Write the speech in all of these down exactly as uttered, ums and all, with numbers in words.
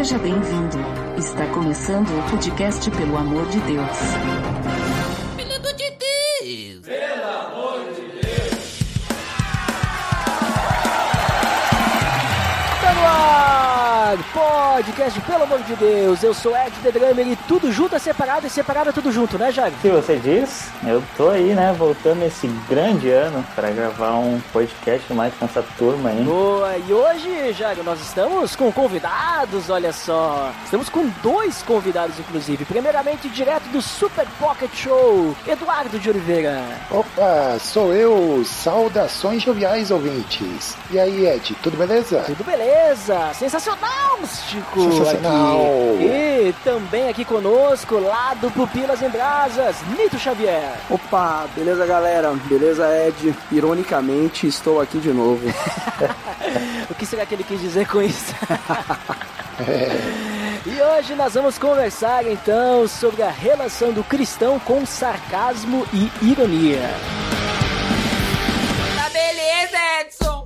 Seja bem-vindo. Está começando o podcast Pelo Amor de Deus. Pelo amor de Deus! Pelo amor de Deus! Tá no ar! Podcast Pelo Amor de Deus. Eu sou Ed The Drummer e tudo junto é separado e separado é tudo junto, né, Jairo? Se você diz, eu tô aí, né, voltando esse grande ano pra gravar um podcast mais com essa turma aí. Boa, e hoje, Jairo, nós estamos com convidados, olha só. Estamos com dois convidados, inclusive. Primeiramente, direto do Super Pocket Show, Eduardo de Oliveira. Opa, sou eu. Saudações joviais, ouvintes. E aí, Ed, tudo beleza? Tudo beleza, sensacional, Chico. Sensacional. Aqui. E também aqui conosco, lá do Pupilas em Brasas, Nito Xavier. Opa, beleza, galera? Beleza, Ed? Ironicamente, estou aqui de novo. O que será que ele quis dizer com isso? E hoje nós vamos conversar então sobre a relação do cristão com sarcasmo e ironia. Tá beleza, Edson!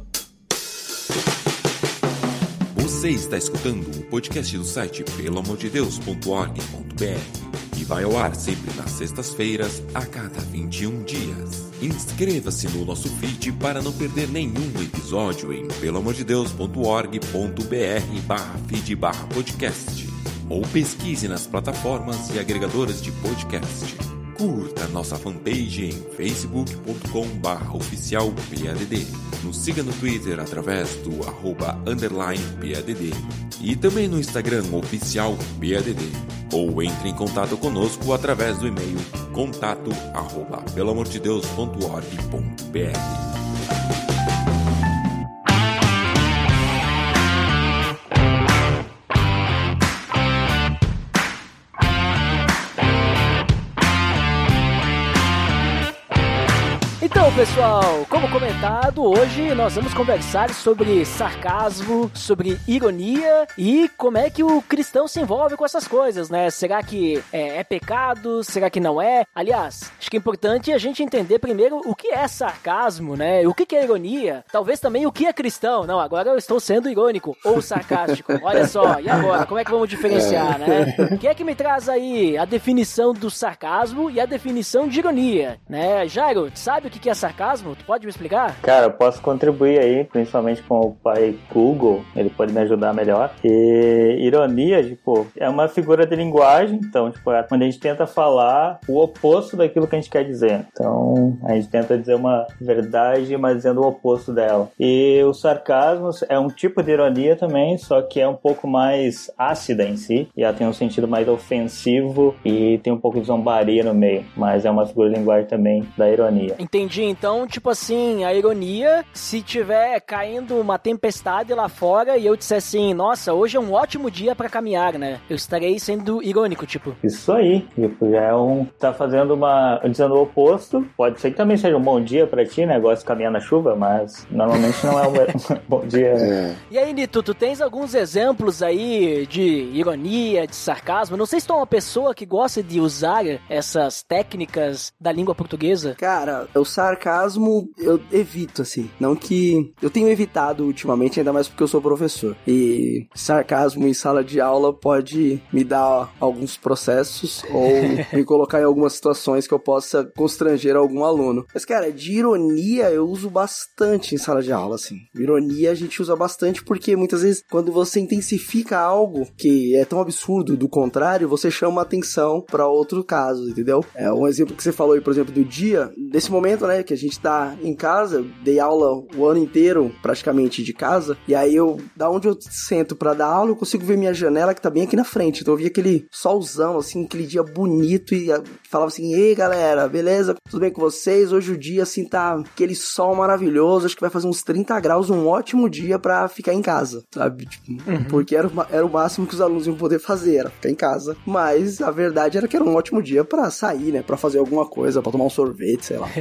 Você está escutando o podcast do site pelo amor de deus ponto org ponto b r e vai ao ar sempre nas sextas-feiras, a cada vinte e um dias. Inscreva-se no nosso feed para não perder nenhum episódio em pelo amor de deus ponto org ponto b r barra feed barra podcast ou pesquise nas plataformas e agregadoras de podcast. Curta nossa fanpage em facebook ponto com barra oficial P A D D. Nos siga no Twitter através do arroba underline P A D D e também no Instagram oficial P A D D. Ou entre em contato conosco através do e-mail contato arroba pelo amor de deus ponto org ponto b r. Então, pessoal, como comentado, hoje nós vamos conversar sobre sarcasmo, sobre ironia e como é que o cristão se envolve com essas coisas, né? Será que é, é pecado? Será que não é? Aliás, acho que é importante a gente entender primeiro o que é sarcasmo, né? O que é ironia? Talvez também o que é cristão. Não, agora eu estou sendo irônico ou sarcástico. Olha só, e agora? Como é que vamos diferenciar, né? Quem é que me traz aí a definição do sarcasmo e a definição de ironia, né? Jairo, sabe o que é sarcasmo? Tu pode me explicar? Cara, eu posso contribuir aí, principalmente com o pai Google, ele pode me ajudar melhor. E ironia, tipo, é uma figura de linguagem, então, tipo, é quando a gente tenta falar o oposto daquilo que a gente quer dizer. Então, a gente tenta dizer uma verdade, mas dizendo o oposto dela. E o sarcasmo é um tipo de ironia também, só que é um pouco mais ácida em si, e ela tem um sentido mais ofensivo e tem um pouco de zombaria no meio, mas é uma figura de linguagem também da ironia. Entendi. Então, tipo assim, a ironia, se tiver caindo uma tempestade lá fora e eu disser assim, nossa, hoje é um ótimo dia pra caminhar, né? Eu estarei sendo irônico, tipo. Isso aí, tipo, já é um... tá fazendo uma... dizendo o oposto. Pode ser que também seja um bom dia pra ti, né? Gosta de caminhar na chuva, mas normalmente não é um bom dia. É. E aí, Nito, tu tens alguns exemplos aí de ironia, de sarcasmo? Não sei se tu é uma pessoa que gosta de usar essas técnicas da língua portuguesa. Cara, o sarcasmo eu evito, assim. Não que... eu tenho evitado ultimamente, ainda mais porque eu sou professor. E sarcasmo em sala de aula pode me dar alguns processos ou me colocar em algumas situações que eu possa constranger algum aluno. Mas, cara, de ironia eu uso bastante em sala de aula, assim. Ironia a gente usa bastante porque muitas vezes quando você intensifica algo que é tão absurdo do contrário, você chama atenção pra outro caso, entendeu? É um exemplo que você falou aí, por exemplo, do dia, desse momento, né, que a gente tá em casa, eu dei aula o ano inteiro, praticamente, de casa, e aí eu, da onde eu sento pra dar aula, eu consigo ver minha janela que tá bem aqui na frente, então eu vi aquele solzão, assim, aquele dia bonito, e falava assim, ei galera, beleza? Tudo bem com vocês? Hoje o dia, assim, tá aquele sol maravilhoso, acho que vai fazer uns trinta graus, um ótimo dia pra ficar em casa, sabe? Tipo, uhum. Porque era, era o máximo que os alunos iam poder fazer, era ficar em casa, mas a verdade era que era um ótimo dia pra sair, né, pra fazer alguma coisa, pra tomar um sorvete, sei lá. Mas agora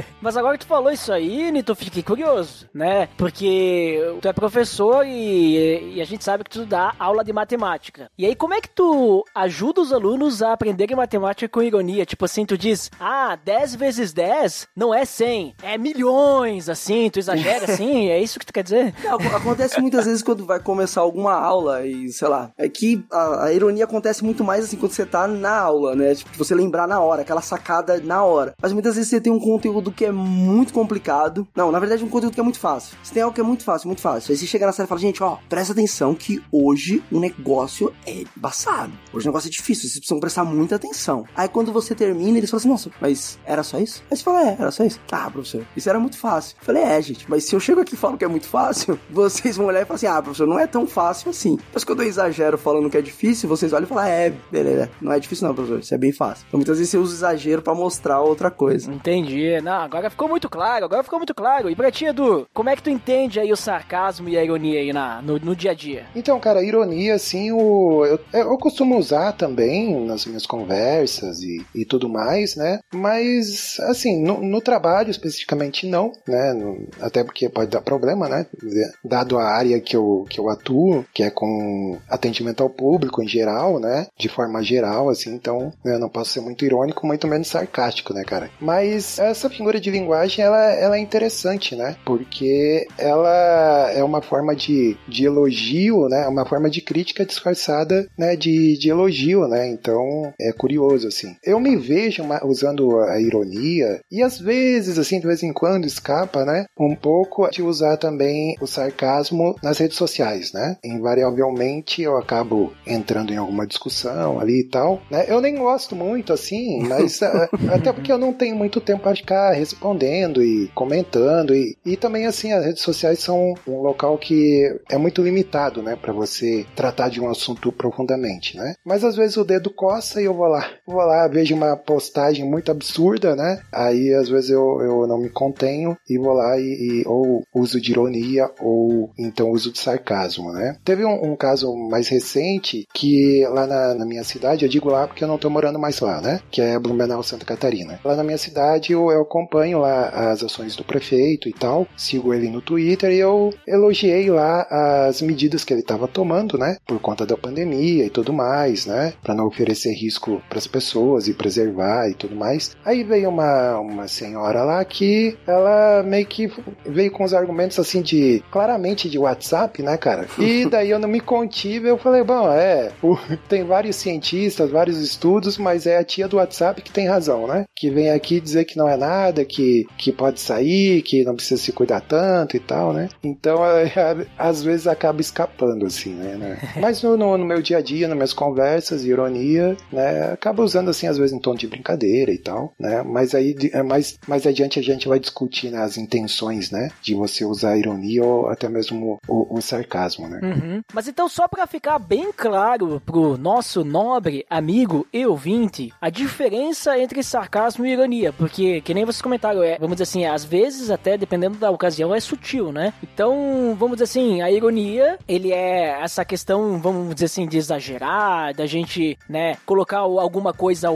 agora que tu falou isso aí, Nito, eu fiquei curioso, né? Porque tu é professor e, e a gente sabe que tu dá aula de matemática. E aí, como é que tu ajuda os alunos a aprenderem matemática com ironia? Tipo assim, tu diz, ah, dez vezes dez não é cem, é milhões, assim, tu exagera assim, é isso que tu quer dizer? Não, acontece muitas vezes quando vai começar alguma aula e, sei lá, é que a, a ironia acontece muito mais assim quando você tá na aula, né? Tipo, você lembrar na hora, aquela sacada na hora. Mas muitas vezes você tem um conteúdo que é muito complicado. Não, na verdade um conteúdo que é muito fácil. Você tem algo que é muito fácil, muito fácil. Aí você chega na sala e fala, gente, ó, presta atenção que hoje o negócio é embaçado. Hoje o negócio é difícil, vocês precisam prestar muita atenção. Aí quando você termina, eles falam assim, nossa, mas era só isso? Aí você fala, é, era só isso. Ah, professor, isso era muito fácil. Eu falei, é, gente, mas se eu chego aqui e falo que é muito fácil, vocês vão olhar e falar assim, ah, professor, não é tão fácil assim. Mas quando eu exagero falando que é difícil, vocês olham e falam, é, beleza, não é difícil não, professor, isso é bem fácil. Então muitas vezes você usa exagero pra mostrar outra coisa. Entendi. Não, agora ficou muito claro, agora ficou muito claro. E pra ti, Edu, como é que tu entende aí o sarcasmo e a ironia aí na, no, no dia a dia? Então, cara, ironia, assim, o, eu, eu costumo usar também nas minhas conversas e, e tudo mais, né? Mas, assim, no, no trabalho especificamente não, né? No, até porque pode dar problema, né? Dado a área que eu, que eu atuo, que é com atendimento ao público em geral, né? De forma geral, assim, então eu não posso ser muito irônico, muito menos sarcástico, né, cara? Mas essa figura de linguagem, ela, ela é interessante, né? Porque ela é uma forma de, de elogio, né? Uma forma de crítica disfarçada, né? De, de elogio, né? Então, é curioso, assim. Eu me vejo uma, usando a ironia e às vezes, assim, de vez em quando escapa, né? Um pouco de usar também o sarcasmo nas redes sociais, né? Invariavelmente eu acabo entrando em alguma discussão ali e tal, né? Eu nem gosto muito, assim, mas até porque eu não tenho muito tempo para ficar respondendo e comentando e, e também, assim, as redes sociais são um local que é muito limitado, né? Para você tratar de um assunto profundamente, né? Mas às vezes o dedo coça e eu vou lá, vou lá, vejo uma postagem muito absurda, né? Aí às vezes eu, eu não me contenho e vou lá e, e ou uso de ironia ou então uso de sarcasmo, né? Teve um, um caso mais recente que lá na, na minha cidade, eu digo lá porque eu não tô morando mais lá, né? Que é Blumenau, Santa Catarina. Lá na minha cidade eu, eu acompanho lá as ações do prefeito e tal, sigo ele no Twitter e eu elogiei lá as medidas que ele estava tomando, né? Por conta da pandemia e tudo mais, né? Para não oferecer risco para as pessoas e preservar e tudo mais. Aí veio uma, uma senhora lá que ela meio que veio com os argumentos assim de, claramente de WhatsApp, né, cara? E daí eu não me contive, eu falei, bom, é, o, tem vários cientistas, vários estudos, mas é a tia do WhatsApp que tem razão, né? Que vem aqui dizer que não é nada, que, que pode sair, que não precisa se cuidar tanto e tal, né? Então, é, é, às vezes acaba escapando, assim, né? né? Mas no, no, no meu dia a dia, nas minhas conversas, ironia, né? Acaba usando, assim, às vezes em tom de brincadeira e tal, né? Mas aí, é mais, mais adiante a gente vai discutir, né, as intenções, né? De você usar a ironia ou até mesmo o, o, o sarcasmo, né? Uhum. Mas então, só pra ficar bem claro pro nosso nobre amigo e ouvinte, a diferença entre sarcasmo e ironia, porque, que nem vocês comentaram, é, vamos dizer assim, às vezes, até dependendo da ocasião, é sutil, né? Então, vamos dizer assim, a ironia, ele é essa questão, vamos dizer assim, de exagerar, da gente, né, colocar alguma coisa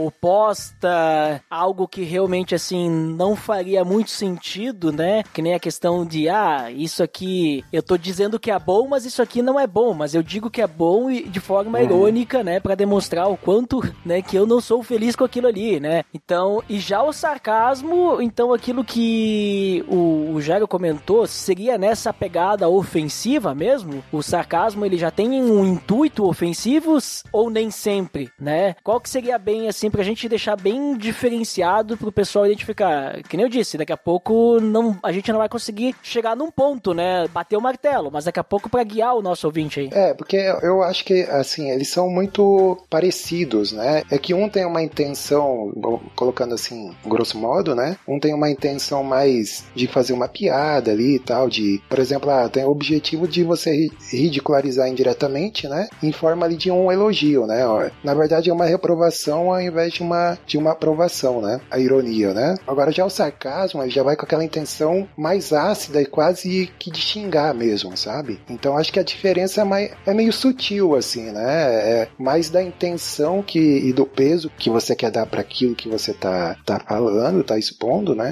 oposta, algo que realmente, assim, não faria muito sentido, né? Que nem a questão de, ah, isso aqui, eu tô dizendo que é bom, mas isso aqui não é bom, mas eu digo que é bom e de forma uhum. irônica, né, pra demonstrar o quanto, né, que eu não sou feliz com aquilo ali, né? Então, e já o sarcasmo, então aquilo que o, o Jairo comentou, seria nessa pegada ofensiva mesmo? O sarcasmo, ele já tem um intuito ofensivo ou nem sempre, né? Qual que seria bem, assim, pra gente deixar bem diferenciado pro pessoal identificar? Que nem eu disse, daqui a pouco não, a gente não vai conseguir chegar num ponto, né? Bater o martelo, mas daqui a pouco pra guiar o nosso ouvinte aí. É, porque eu acho que, assim, eles são muito parecidos, né? É que um tem uma intenção, colocando assim, grosso modo, né? Um tem uma intenção mais de fazer uma piada ali e tal, de, por exemplo, ah, tem o objetivo de você ridicularizar indiretamente, né? Em forma ali de um elogio, né? Na verdade é uma reprovação ao invés de uma, de uma aprovação, né? A ironia, né? Agora já o sarcasmo, ele já vai com aquela intenção mais ácida e quase que de xingar mesmo, sabe? Então acho que a diferença é, mais, é meio sutil, assim, né? É mais da intenção que, e do peso que você quer dar para aquilo que você tá, tá falando, tá expondo, né?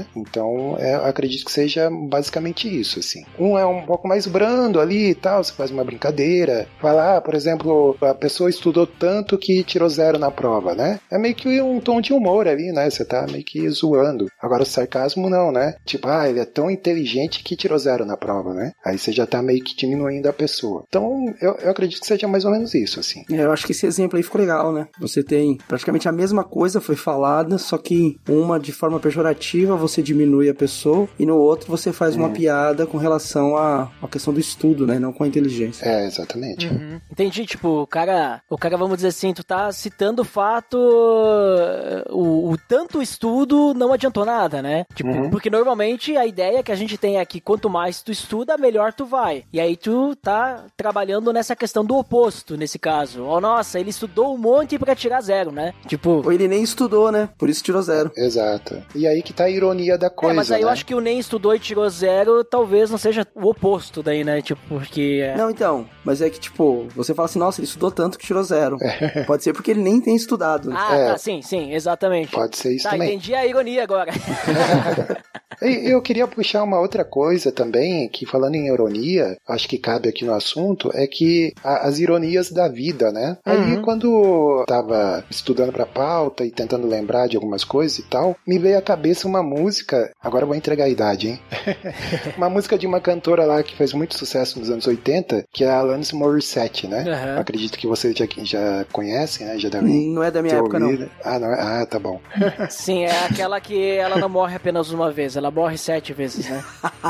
Então, é, eu acredito que seja basicamente isso, assim. Um é um pouco mais brando ali e tal, você faz uma brincadeira, fala, ah, por exemplo, a pessoa estudou tanto que tirou zero na prova, né? É meio que um tom de humor ali, né? Você tá meio que zoando. Agora, o sarcasmo não, né? Tipo, ah, ele é tão inteligente que tirou zero na prova, né? Aí você já tá meio que diminuindo a pessoa. Então, eu, eu acredito que seja mais ou menos isso, assim. É, eu acho que esse exemplo aí ficou legal, né? Você tem praticamente a mesma coisa foi falada, só que uma de forma pejorativa você diminui a pessoa e no outro você faz uma hum. piada com relação à, à questão do estudo, né? Não com a inteligência. É, exatamente. Uhum. Entendi, tipo, o cara, o cara, vamos dizer assim, tu tá citando o fato, o, o tanto estudo não adiantou nada, né? Tipo, uhum. porque normalmente a ideia que a gente tem é que quanto mais tu estuda, melhor tu vai. E aí tu tá trabalhando nessa questão do oposto, nesse caso. Oh, nossa, ele estudou um monte pra tirar zero, né? Tipo... Ou ele nem estudou, né? Por isso tirou zero. Exato. E aí que tá a ironia da coisa, É, mas aí né? eu acho que o nem estudou e tirou zero, talvez não seja o oposto daí, né? Tipo, porque... É... Não, então, mas é que, tipo, você fala assim, nossa, ele estudou tanto que tirou zero. É. Pode ser porque ele nem tem estudado. Ah, é. tá, sim, sim, exatamente. Pode ser isso tá, também. Entendi a ironia agora. Eu queria puxar uma outra coisa também, que falando em ironia, acho que cabe aqui no assunto, é que a, as ironias da vida, né? Aí uhum. quando eu tava estudando pra pauta e tentando lembrar de algumas coisas e tal, me veio à cabeça uma música, agora eu vou entregar a idade, hein? Uma música de uma cantora lá que fez muito sucesso nos anos oitenta, que é a Alanis Morissette, né? Uhum. Acredito que vocês já, já conhecem, né? Já devem não é da minha época, ouvido. não. Ah, não é? Ah, tá bom. Sim, é aquela que ela não morre apenas uma vez, ela morre sete vezes, né?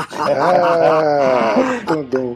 Ah, dum, dum.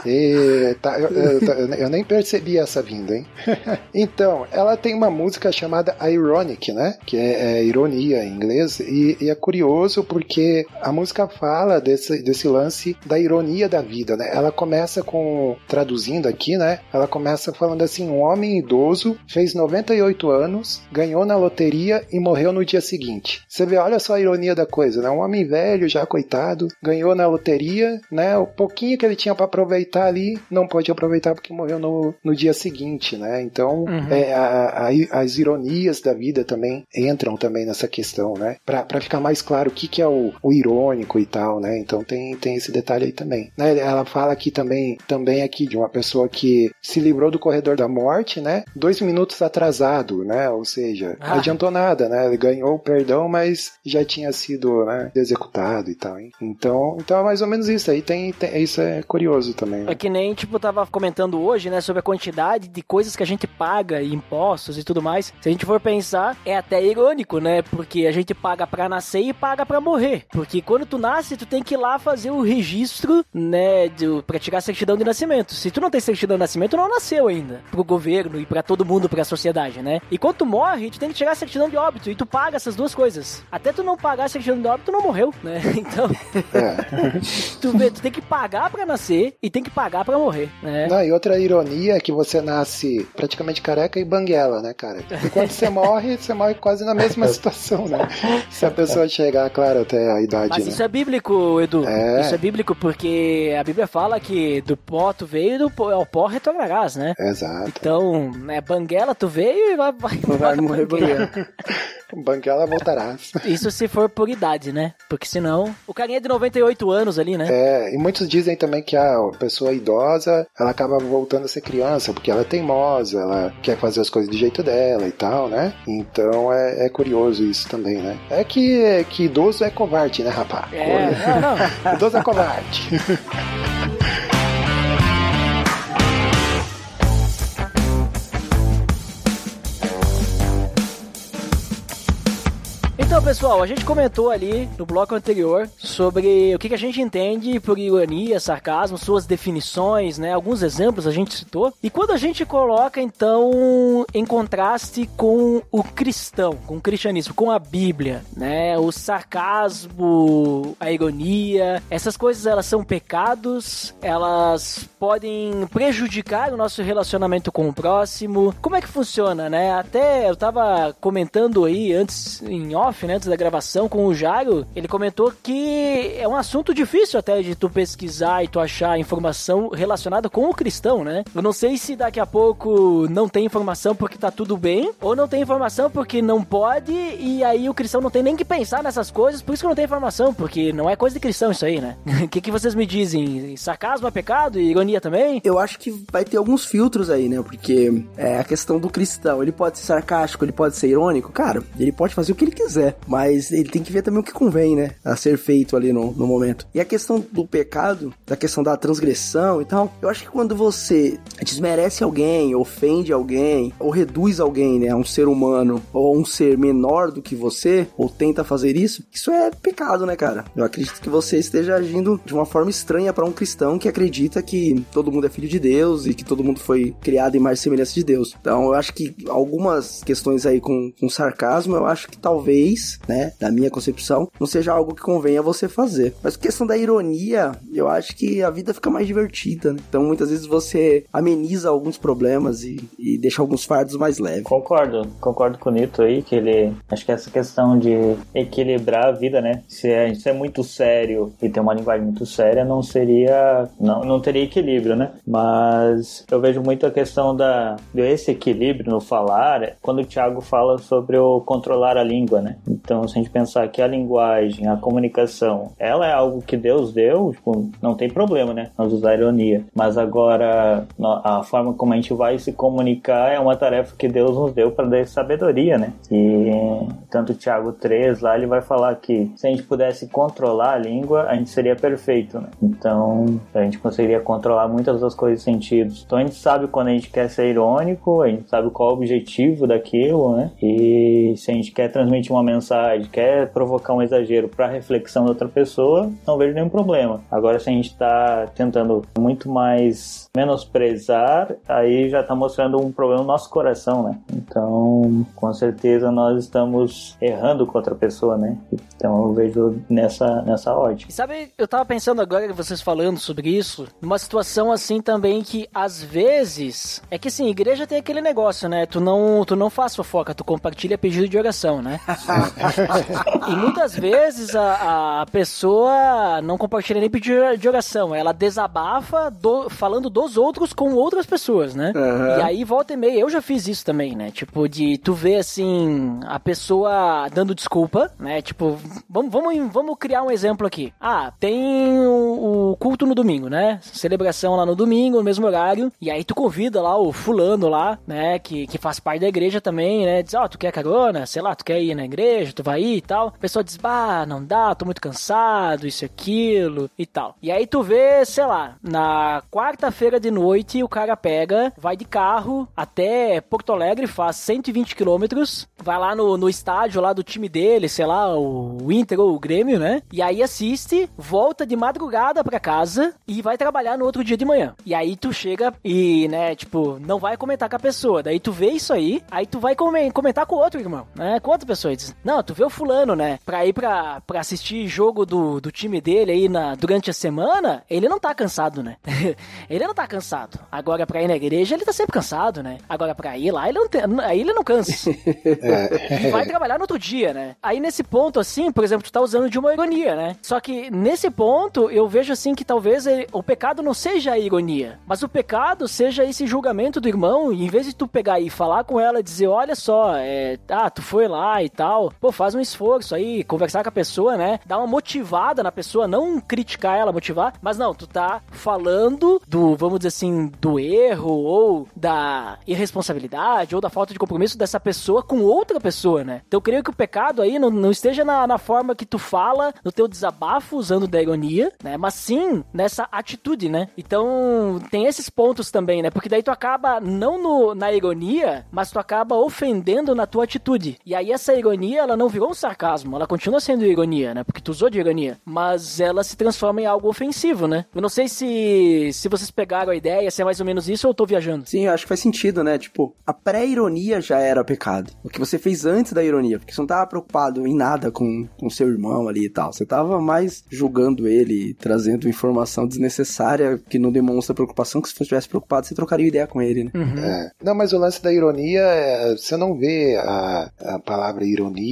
E, tá, eu, eu, eu nem percebi essa vinda, hein? Então, ela tem uma música chamada Ironic, né? Que é, é ironia em inglês, e, e é curioso porque a música fala desse, desse lance da ironia da vida, né? Ela começa com, traduzindo aqui, né? Ela começa falando assim, um homem idoso fez noventa e oito anos, ganhou na loteria e morreu no dia seguinte. Você vê, olha só a ironia da coisa, né? Um homem velho, já coitado, ganhou na loteria, né? O pouquinho que ele tinha pra aproveitar ali, não pôde aproveitar porque morreu no, no dia seguinte, né? Então, uhum. é, a, a, as ironias da vida também entram também nessa questão, né? Pra, pra ficar mais claro o que, que é o, o irônico e tal, né? Então tem, tem esse detalhe aí também. Né? Ela fala aqui também, também aqui de uma pessoa que se livrou do corredor da morte, né? Dois minutos atrasado, né? Ou seja, ah. não adiantou nada, né? Ele ganhou o perdão, mas já tinha sido, né, executado e tal, hein? Então, então é mais ou menos isso aí. Tem, tem, isso é curioso também, né? É que nem, tipo, tava comentando hoje, né? Sobre a quantidade de coisas que a gente paga, impostos e tudo mais. Se a gente for pensar, é até irônico, né? Porque a gente paga pra nascer e paga pra morrer. Porque quando tu nasce, tu tem que ir lá fazer o registro, né? De, pra tirar a certidão de nascimento. Se tu não tem certidão de nascimento, tu não nasceu ainda. Pro governo e pra todo mundo, pra sociedade, né? E quando tu morre, tu tem que tirar a certidão de óbito. E tu paga essas duas coisas. Até tu não pagar a certidão de óbito, tu não morreu, né? Então, é. tu, vê, tu tem que pagar pra nascer e tem que pagar pra morrer, né? Não, e outra ironia é que você nasce praticamente careca e banguela, né, cara? E quando você morre, você morre quase na mesma situação, né? Se a pessoa chegar, claro, até a idade, Mas né? isso é bíblico, Edu. É. Isso é bíblico porque a Bíblia fala que do pó tu veio e do pó, ao pó retornarás, né? Exato. Então, né, banguela tu veio e vai, vai, vai morrer banguela. Banguela voltarás. Isso se for por idade, né? Porque senão... O carinha é de noventa e oito anos ali, né? É, e muitos dizem também que a pessoa idosa, ela acaba voltando a ser criança, porque ela é teimosa, ela quer fazer as coisas do jeito dela e tal, né? Então é, é curioso isso também, né? É que, que idoso é covarde, né, rapaz? É, não, não. Idoso é covarde. Então, pessoal, a gente comentou ali no bloco anterior sobre o que, que a gente entende por ironia, sarcasmo, suas definições, né? Alguns exemplos a gente citou. E quando a gente coloca, então, em contraste com o cristão, com o cristianismo, com a Bíblia, né? O sarcasmo, a ironia, essas coisas, elas são pecados, elas podem prejudicar o nosso relacionamento com o próximo. Como é que funciona, né? Até eu tava comentando aí antes, em off, off, né, antes da gravação com o Jairo, ele comentou que é um assunto difícil até de tu pesquisar e tu achar informação relacionada com o cristão, né? Eu não sei se daqui a pouco não tem informação porque tá tudo bem, ou não tem informação porque não pode, e aí o cristão não tem nem que pensar nessas coisas, por isso que não tem informação, porque não é coisa de cristão isso aí, né? O que, que vocês me dizem? Sarcasmo é pecado e ironia também? Eu acho que vai ter alguns filtros aí, né? Porque é a questão do cristão, ele pode ser sarcástico, ele pode ser irônico, cara, ele pode fazer o que ele quiser, mas ele tem que ver também o que convém, né? A ser feito ali no, no momento. E a questão do pecado, da questão da transgressão e tal, eu acho que quando você desmerece alguém, ofende alguém, ou reduz alguém, né, a um ser humano, ou a um ser menor do que você, ou tenta fazer isso, isso é pecado, né, cara? Eu acredito que você esteja agindo de uma forma estranha para um cristão que acredita que todo mundo é filho de Deus e que todo mundo foi criado em mais semelhança de Deus. Então, eu acho que algumas questões aí com, com sarcasmo, eu acho que talvez, né, na minha concepção, não seja algo que convenha você fazer. Mas a questão da ironia, eu acho que a vida fica mais divertida, né? Então, muitas vezes você ameniza alguns problemas e, e deixa alguns fardos mais leves. Concordo, concordo com o Nito aí, que ele, acho que essa questão de equilibrar a vida, né, se é, se é muito sério e tem uma linguagem muito séria, não seria, não, não teria equilíbrio, né, mas eu vejo muito a questão da, desse equilíbrio no falar, quando o Thiago fala sobre o controlar a língua, né, então se a gente pensar que a linguagem, a comunicação, ela é algo que Deus deu, tipo, não tem problema, né, nós usar ironia, mas agora a forma como a gente vai se comunicar é uma tarefa que Deus nos deu para dar sabedoria, né? E tanto Tiago três lá, ele vai falar que se a gente pudesse controlar a língua, a gente seria perfeito, né? Então, a gente conseguiria controlar muitas das coisas e sentidos. Então, a gente sabe quando a gente quer ser irônico, a gente sabe qual é o objetivo daquilo, né? E se a gente quer transmitir uma mensagem, quer provocar um exagero para reflexão da outra pessoa, não vejo nenhum problema. Agora, se a gente está tentando muito mais menosprezar, aí já está mostrando um problema no nosso coração, né? Então, com certeza nós estamos errando com outra pessoa, né? Então eu vejo nessa, nessa ótica. E sabe, eu tava pensando agora, vocês falando sobre isso, numa situação assim também que às vezes, é que assim, igreja tem aquele negócio, né? Tu não, tu não faz fofoca, tu compartilha pedido de oração, né? E muitas vezes a, a pessoa não compartilha nem pedido de oração, ela desabafa do, falando dos outros com outras pessoas, né? Uhum. E aí volta e meia, eu já fiz isso também, né? Tipo, de tu ver assim, a pessoa dando desculpa, né? Tipo, vamos, vamos, vamos criar um exemplo aqui. Ah, tem o, o culto no domingo, né? Celebração lá no domingo, no mesmo horário, e aí tu convida lá o fulano lá, né? Que, que faz parte da igreja também, né? Diz, ó, oh, tu quer carona? Sei lá, tu quer ir na igreja? Tu vai ir e tal. A pessoa diz, bah, não dá, tô muito cansado, isso e aquilo e tal. E aí tu vê, sei lá, na quarta-feira de noite, o cara pega, vai de carro até Porto Alegre, faz cento e vinte quilômetros, vai lá no, no estádio lá do time dele, sei lá, o Inter ou o Grêmio, né? E aí assiste, volta de madrugada pra casa e vai trabalhar no outro dia de manhã. E aí tu chega e, né, tipo, não vai comentar com a pessoa. Daí tu vê isso aí, aí tu vai comentar com o outro irmão, né? Com outra pessoa. E diz, não, tu vê o fulano, né? Pra ir pra, pra assistir jogo do, do time dele aí na, durante a semana, ele não tá cansado, né? Ele não tá cansado. Agora pra ir na igreja, ele tá sempre cansado, né? Agora pra ir lá, ele não tem, aí ele não cansa. É. E vai trabalhar no outro dia, né? Aí nesse ponto, assim, por exemplo, tu tá usando de uma ironia, né? Só que nesse ponto, eu vejo assim que talvez ele, o pecado não seja a ironia, mas o pecado seja esse julgamento do irmão, e em vez de tu pegar e falar com ela e dizer, olha só, é, ah, tu foi lá e tal, pô, faz um esforço aí, conversar com a pessoa, né? Dar uma motivada na pessoa, não criticar ela, motivar, mas não, tu tá falando do, vamos dizer assim, do erro ou da irresponsabilidade ou da falta de compromisso dessa pessoa com outra pessoa, né? Então eu creio que o pecado aí não, não esteja na, na forma que tu fala, no teu desabafo usando da ironia, né? Mas sim nessa atitude, né? Então tem esses pontos também, né? Porque daí tu acaba não no, na ironia, mas tu acaba ofendendo na tua atitude. E aí essa ironia, ela não virou um sarcasmo, ela continua sendo ironia, né? Porque tu usou de ironia, mas ela se transforma em algo ofensivo, né? Eu não sei se, se vocês pegaram a ideia, se é mais ou menos isso ou eu tô viajando. Sim, eu acho que faz sentido, né? Tipo, a pré-ironia já era pecado. O que você fez antes da ironia, porque você não tava preocupado em nada com o seu irmão ali e tal. Você tava mais julgando ele, trazendo informação desnecessária que não demonstra preocupação, que se você estivesse preocupado, você trocaria ideia com ele, né? Uhum. É. Não, mas o lance da ironia, é, você não vê a, a palavra ironia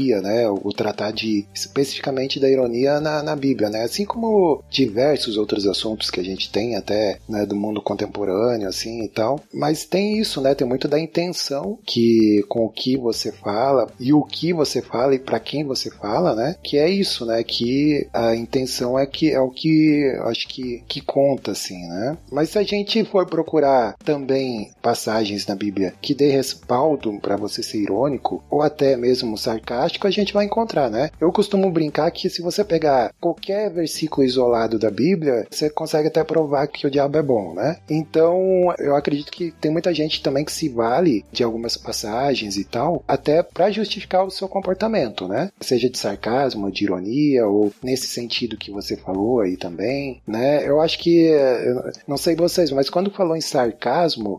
ironia, né? O tratar de, especificamente da ironia na, na Bíblia, né? Assim como diversos outros assuntos que a gente tem até, né, do mundo contemporâneo, assim, e tal. Mas tem isso, né? Tem muito da intenção que, com o que você fala e o que você fala e para quem você fala, né? Que é isso, né? Que a intenção é, que, é o que acho que, que conta, assim, né? Mas se a gente for procurar também passagens na Bíblia que dê respaldo para você ser irônico ou até mesmo sarcástico, a gente vai encontrar, né? Eu costumo brincar que se você pegar qualquer versículo isolado da Bíblia, você consegue até provar que o diabo é bom, né? Então, eu acredito que tem muita gente também que se vale de algumas passagens e tal, até para justificar o seu comportamento, né? Seja de sarcasmo, de ironia, ou nesse sentido que você falou aí também, né? Eu acho que, eu não sei vocês, mas quando falou em sarcasmo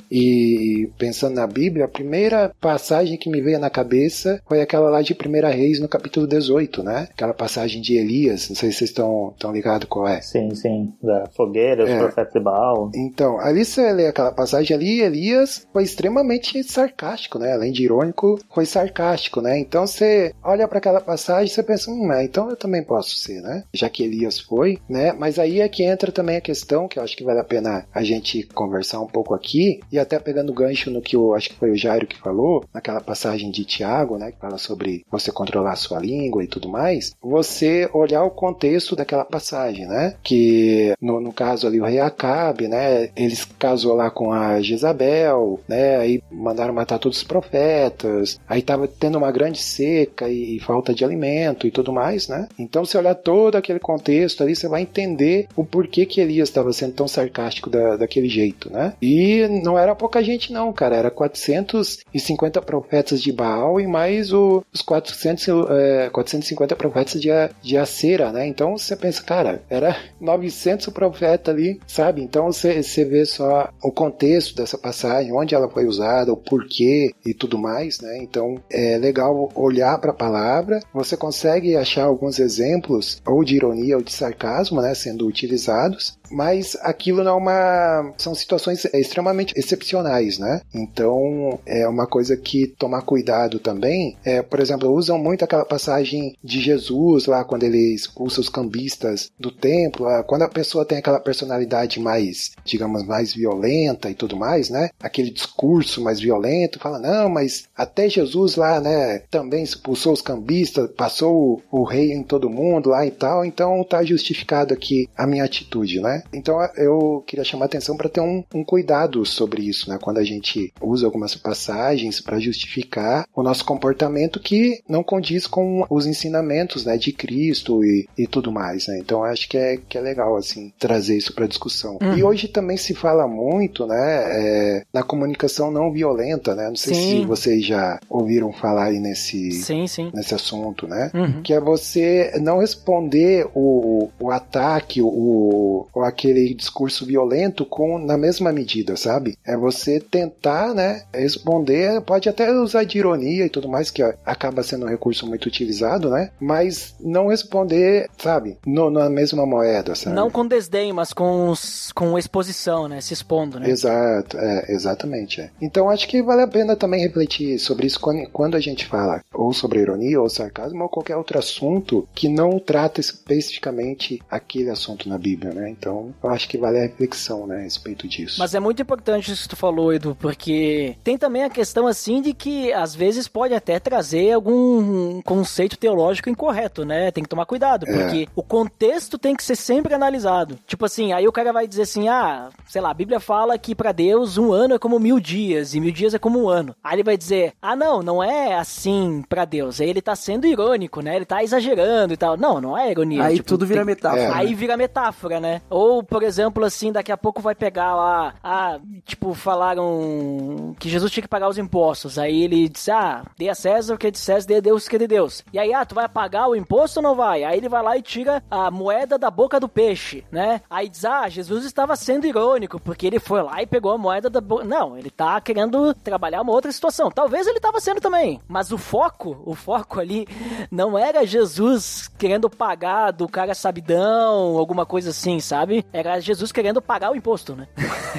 e pensando na Bíblia, a primeira passagem que me veio na cabeça foi aquela lá de primeira Reis no capítulo dezoito, né? Aquela passagem de Elias, não sei se vocês estão, estão ligados qual é. Sim, sim, da fogueira, os é. profetas de Baal. Então, ali você lê aquela passagem ali, Elias foi extremamente sarcástico, né? Além de irônico, foi sarcástico, né? Então você olha para aquela passagem e você pensa, hum, é, então eu também posso ser, né? Já que Elias foi, né? Mas aí é que entra também a questão, que eu acho que vale a pena a gente conversar um pouco aqui, e até pegando gancho no que eu acho que foi o Jairo que falou, naquela passagem de Tiago, né? Que fala sobre você controlar a sua língua e tudo mais, você olhar o contexto daquela passagem, né? Que no, no caso ali o rei Acabe, né? Eles casou lá com a Jezabel, né? Aí mandaram matar todos os profetas, aí tava tendo uma grande seca e, e falta de alimento e tudo mais, né? Então se olhar todo aquele contexto ali, você vai entender o porquê que Elias estava sendo tão sarcástico da, daquele jeito, né? E não era pouca gente não, cara, era quatrocentos e cinquenta profetas de Baal e mais o, os quatrocentos, é, quatrocentos e cinquenta profetas de, de Acera, né? Então você pensa, cara, era novecentos profetas ali, sabe? Então você, você vê só o contexto dessa passagem, onde ela foi usada, o porquê e tudo mais, né? Então é legal olhar para a palavra, você consegue achar alguns exemplos ou de ironia ou de sarcasmo, né, sendo utilizados, mas aquilo não é uma... são situações extremamente excepcionais, né? Então é uma coisa que tomar cuidado também. É, por exemplo, usam muito aquela passagem de Jesus lá quando ele expulsa os cambistas do templo, lá, quando a pessoa tem aquela personalidade mais, digamos, mais violenta e tudo mais, né? Aquele discurso mais violento, fala, não, mas até Jesus lá, né, também expulsou os cambistas, passou o, o rei em todo mundo lá e tal, então tá justificado aqui a minha atitude, né? Então eu queria chamar a atenção para ter um, um cuidado sobre isso, né? Quando a gente usa algumas passagens para justificar o nosso comportamento que não condiz com os ensinamentos, né, de Cristo e, e tudo mais, né? Então acho que é, que é legal, assim, trazer isso para discussão. Uhum. E hoje também se fala muito, né, é, na comunicação não violenta, né? Não sei sim. se vocês já ouviram falar aí nesse, sim, sim. nesse assunto, né? Uhum. Que é você não responder o, o ataque, o, o aquele discurso violento com, na mesma medida, sabe? É você tentar, né, responder, pode até usar de ironia e tudo mais, que acaba sendo um recurso muito utilizado, né? Mas não responder, sabe, no, na mesma moeda, sabe? Não com desdém, mas com, com exposição, né? Se expondo, né? Exato, é, exatamente. É. Então acho que vale a pena também refletir sobre isso quando, quando a gente fala ou sobre ironia ou sarcasmo ou qualquer outro assunto que não trata especificamente aquele assunto na Bíblia, né? Então eu acho que vale a reflexão, né, a respeito disso. Mas é muito importante isso que tu falou, Edu, porque tem também a questão assim de que às vezes pode até trazer algum conceito teológico incorreto, né? Tem que tomar cuidado, porque é. o contexto tem que ser sempre analisado. Tipo assim, aí o cara vai dizer assim, ah, sei lá, a Bíblia fala que pra Deus um ano é como mil dias e mil dias é como um ano. Aí ele vai dizer, ah não, não é assim pra Deus. Aí ele tá sendo irônico, né? Ele tá exagerando e tal. Não, não é ironia. Aí tipo, tudo vira tem... metáfora. É. Aí vira metáfora, né? Ou, por exemplo, assim, daqui a pouco vai pegar lá, ah, tipo, falaram que Jesus tinha que pagar os impostos. Aí ele disse, ah, dê a César o que é de César, dê a Deus o que é de Deus. E aí, ah, tu vai pagar o imposto ou não vai? Aí ele vai lá e tira a moeda da boca do peixe, né? Aí diz, ah, Jesus estava sendo irônico, porque ele foi lá e pegou a moeda da boca... Não, ele tá querendo trabalhar uma outra situação. Talvez ele tava sendo também, mas o foco foco, o foco ali não era Jesus querendo pagar do cara sabidão, alguma coisa assim, sabe? Era Jesus querendo pagar o imposto, né?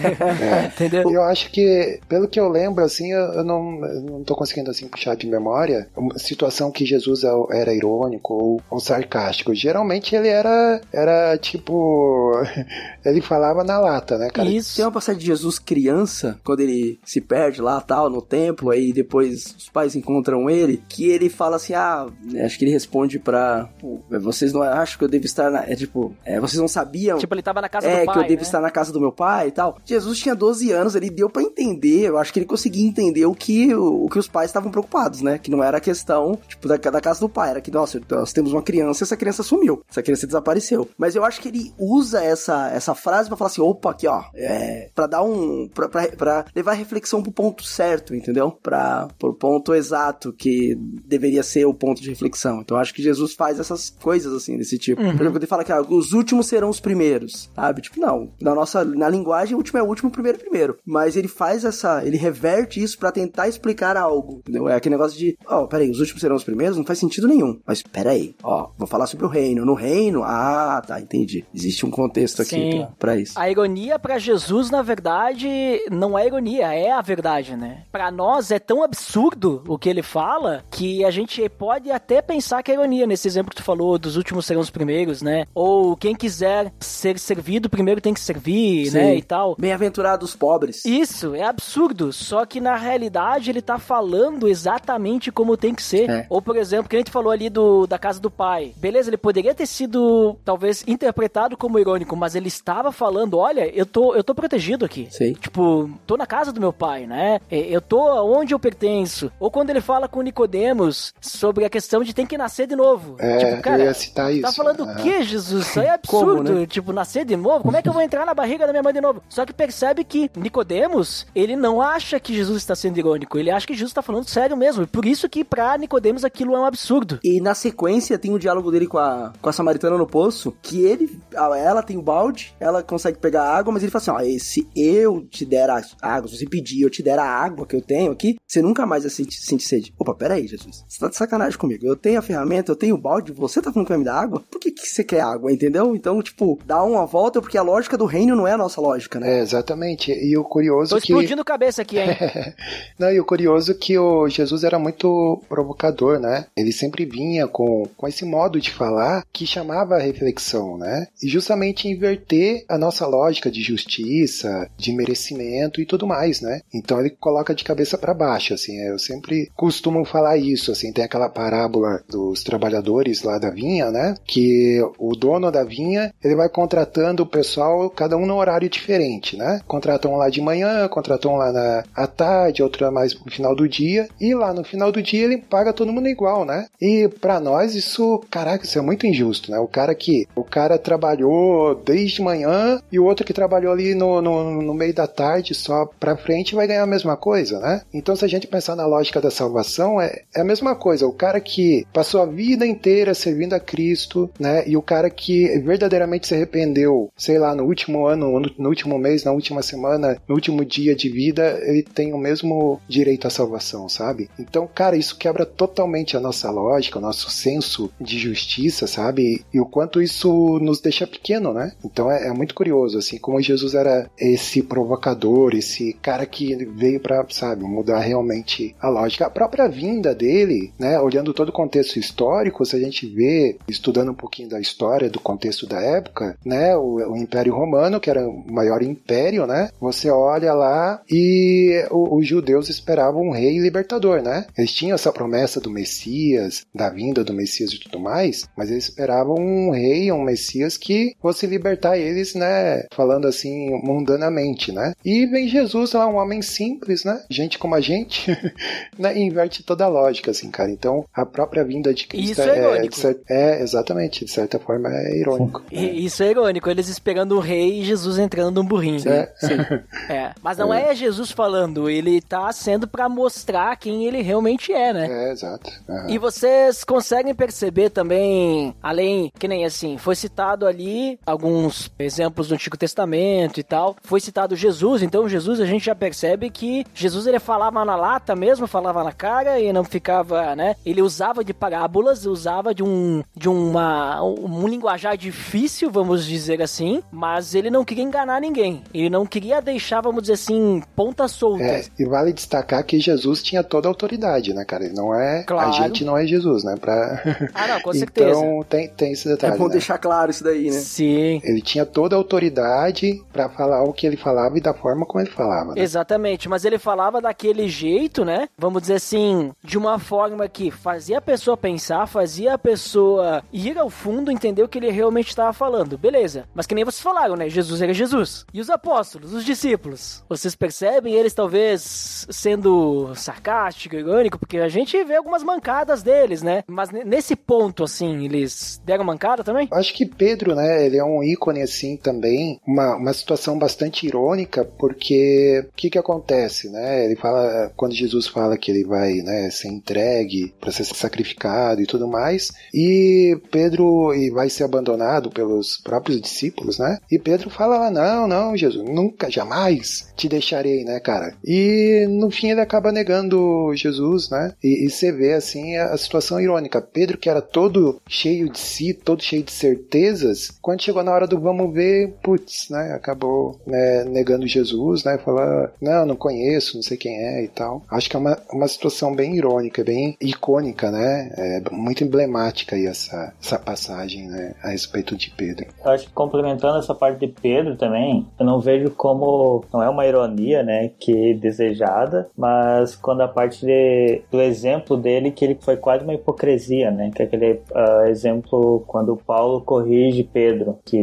É. Entendeu? Eu acho que, pelo que eu lembro, assim, eu, eu, não, eu não tô conseguindo, assim, puxar de memória uma situação que Jesus era irônico ou, ou sarcástico. Geralmente ele era, era tipo, ele falava na lata, né, cara? Isso. Tem uma passagem de Jesus criança, quando ele se perde lá, tal, no templo, aí depois os pais encontram ele, que ele fala assim, ah, acho que ele responde pra, vocês não acham que eu devo estar na, é tipo, é, vocês não sabiam... Tipo, ele tava na casa é, do pai, que eu devo né? estar na casa do meu pai e tal. Jesus tinha doze anos, ele deu pra entender, eu acho que ele conseguia entender o que, o, o que os pais estavam preocupados, né? Que não era a questão, tipo, da, da casa do pai, era que, nossa, nós temos uma criança e essa criança sumiu, essa criança desapareceu. Mas eu acho que ele usa essa, essa frase pra falar assim, opa, aqui, ó, é, pra dar um, pra, pra, pra levar a reflexão pro ponto certo, entendeu? Pra, pro ponto exato que deveria ser o ponto de reflexão. Então eu acho que Jesus faz essas coisas, assim, desse tipo. Uhum. Por exemplo, ele fala que ah, os últimos serão os primeiros, sabe? Tipo, não, na nossa, na linguagem, o último é o último, o primeiro é o primeiro. Mas ele faz essa, ele reverte isso pra tentar explicar algo, entendeu? É aquele negócio de, ó, oh, peraí, os últimos serão os primeiros? Não faz sentido nenhum. Mas peraí, ó, vou falar sobre o reino. No reino, ah, tá, entendi. Existe um contexto aqui pra, pra isso. A ironia pra Jesus, na verdade, não é ironia, é a verdade, né? Pra nós é tão absurdo o que ele fala que a gente pode até pensar que é ironia, nesse exemplo que tu falou, dos últimos serão os primeiros, né? Ou quem quiser ser servido primeiro tem que servir, Sim. né? E tal. Bem-aventurados pobres. Isso, é absurdo. Só que na realidade ele tá falando exatamente como tem que ser. É. Ou, por exemplo, que a gente falou ali do, da casa do pai. Beleza, ele poderia ter sido, talvez, interpretado como irônico, mas ele estava falando, olha, eu tô, eu tô protegido aqui. Sim. Tipo, tô na casa do meu pai, né? Eu tô onde eu pertenço. Ou quando ele fala com Nicodemos sobre a questão de tem que nascer de novo. É, tipo, cara, eu ia citar isso. Tá falando ah. o quê, Jesus? Isso aí é absurdo. Como, né? Tipo, nascer de novo? Como é que eu vou entrar na barriga da minha mãe de novo? Só que percebe que Nicodemos, ele não acha que Jesus está sendo irônico. Ele acha que Jesus está falando sério mesmo. E por isso que pra Nicodemos aquilo é um absurdo. E na sequência tem o diálogo dele com a, com a samaritana no poço, que ele, ela tem o balde, ela consegue pegar a água, mas ele fala assim, ó, se eu te der a água, se você pedir, eu te der a água que eu tenho aqui, você nunca mais vai sentir, sentir sede. Opa, peraí, Jesus. Você tá de sacanagem comigo. Eu tenho a ferramenta, eu tenho o balde, você tá falando que vai me dar água? Por que que você quer água, entendeu? Então, tipo, dá uma volta, porque a lógica do reino não é a nossa lógica, né? É, exatamente. E o curioso Tô que... explodindo cabeça aqui, hein? Não, e o curioso que o Jesus era muito provocador, né? Ele sempre vinha com, com esse modo de falar que chamava a reflexão, né? E justamente inverter a nossa lógica de justiça, de merecimento e tudo mais, né? Então ele coloca de cabeça para baixo, assim. Eu sempre costumo falar isso, assim. Tem aquela parábola dos trabalhadores lá da vinha, né? Que o dono da vinha, ele vai contratando o pessoal, cada um no horário diferente, né? Contratam um lá de manhã, contratam um lá na à tarde, outro mais no final do dia, e lá no final do dia ele paga todo mundo igual, né? E pra nós isso, caraca, isso é muito injusto, né? O cara que, o cara trabalhou desde manhã e o outro que trabalhou ali no, no, no meio da tarde só pra frente vai ganhar a mesma coisa, né? Então se a gente pensar na lógica da salvação, é, é a mesma coisa. O cara que passou a vida inteira servindo a Cristo, né? E o cara que verdadeiramente se arrependeu, sei lá, no último ano, no, no último mês, na última semana, no último dia de vida, ele tem o mesmo direito à salvação, sabe? Então, cara, isso quebra totalmente a nossa lógica, o nosso senso de justiça, sabe? E o quanto isso nos deixa pequeno, né? Então é, é muito curioso, assim, como Jesus era esse provocador, esse cara que veio pra, sabe, mudar realmente a lógica. A própria vinda dele, né, olhando todo o contexto histórico, se a gente vê, estudando um pouquinho da história, do contexto da época, né, o, o Império Romano, que era o maior império, né, você olha lá e o, os judeus esperavam um rei libertador, né? Eles tinham essa promessa do Messias, da vinda do Messias e tudo mais, mas eles esperavam um rei, um Messias que fosse libertar eles, né, falando assim, mundanamente, né? E vem Jesus lá, um homem simples, né? Gente como a gente, né? E inverte toda a lógica, assim, cara. Então, a própria vinda de Cristo isso é, é irônico. É, é, exatamente, de certa forma é irônico. E, é. Isso é irônico, eles esperando o rei e Jesus entrando num burrinho. Sim, é. Sim. É. Mas não é. é Jesus falando, ele tá sendo pra mostrar quem ele realmente é, né? É, exato. Uhum. E vocês conseguem perceber também, além, que nem assim, foi citado ali alguns exemplos do Antigo Testamento e tal, foi citado Jesus, então Jesus a gente já percebe que Jesus ele falava na lata mesmo, falava na cara e não ficava, né? Ele usava de parábolas, usava de um de uma um, um linguajar difícil, vamos dizer assim, mas ele não queria enganar ninguém. Ele não queria deixar, vamos dizer assim, pontas soltas. É, e vale destacar que Jesus tinha toda a autoridade, né, cara? Ele não é... Claro. A gente não é Jesus, né? Pra... Ah, não, com certeza. Então, tem, tem esse detalhe, É bom né? deixar claro isso daí, né? Sim. Ele tinha toda a autoridade pra falar o que ele falava e da forma como ele falava, né? Exatamente, mas ele falava daquele jeito, né? Vamos dizer assim, de uma forma que fazia a pessoa pensar, fazia a pessoa ir ao fundo, entender o que ele realmente estava falando. Beleza, mas que nem vocês falaram, né? Jesus era Jesus. E os apóstolos, os discípulos? Vocês percebem eles talvez sendo sarcástico, irônico, porque a gente vê algumas mancadas deles, né? Mas nesse ponto, assim, eles deram mancada também? Acho que Pedro, né, ele é um ícone, assim, também, uma, uma situação bastante irônica, porque o que que acontece, né? Ele fala, quando Jesus fala que ele vai, né, ser entregue para ser sacrificado e tudo mais, e Pedro e vai ser abandonado pelos próprios discípulos, né? E Pedro fala, não, não, Jesus, nunca, jamais te deixarei, né, cara? E no fim ele acaba negando Jesus, né? E, e você vê, assim, a, a situação irônica. Pedro, que era todo cheio de si, todo cheio de certezas, quando chegou na hora do vamos ver, putz, né? Acabou, né, negando Jesus, né? Falar, não, não conheço, não sei quem é e tal. Acho que é uma, uma situação bem irônica, bem icônica, né? É muito emblemática aí essa, essa passagem, né? A respeito de Pedro. Eu acho que complementando essa parte de Pedro também, eu não vejo como, não é uma ironia, né, que desejada, mas quando a parte de, do exemplo dele, que ele foi quase uma hipocrisia, né, que é aquele uh, exemplo quando Paulo corrige Pedro, que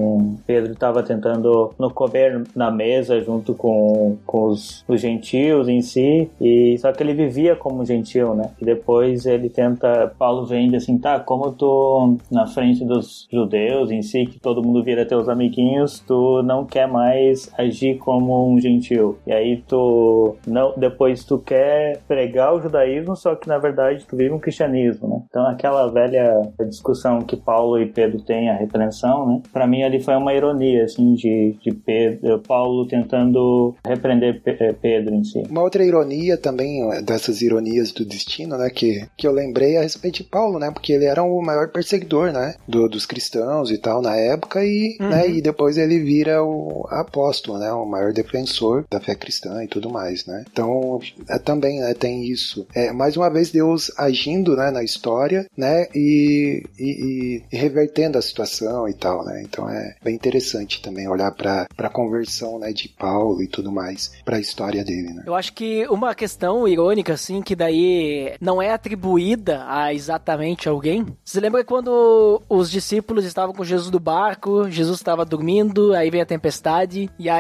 Pedro estava tentando não comer na mesa junto com, com os, os gentios em si, e só que ele vivia como gentil, né, e depois ele tenta, Paulo vem assim, tá, como tu na frente dos judeus em si, que todo mundo vira teus amiguinhos, tu não quer mais agir como um gentil, e aí tu não, depois tu quer pregar o judaísmo, só que na verdade tu vive um cristianismo, né? Então aquela velha discussão que Paulo e Pedro têm, a repreensão, né? Pra mim ali foi uma ironia, assim, de, de Pedro, Paulo tentando repreender Pedro em si. Uma outra ironia também, dessas ironias do destino, né, que, que eu lembrei a respeito de Paulo, né, porque ele era o maior perseguidor, né, do, dos cristãos e tal na época, e, uhum. né, e depois ele vira o apóstolo, né, o maior defensor da fé cristã e tudo mais, né. Então, é, também, né, tem isso. É, mais uma vez Deus agindo, né, na história, né, e, e, e revertendo a situação e tal, né. Então é bem interessante também olhar para a conversão, né, de Paulo e tudo mais, para a história dele, né. Eu acho que uma questão irônica, assim, que daí não é atribuída a exatamente alguém. Você lembra quando os discípulos estavam com Jesus no barco, Jesus estava dormindo, aí vem a tempestade, e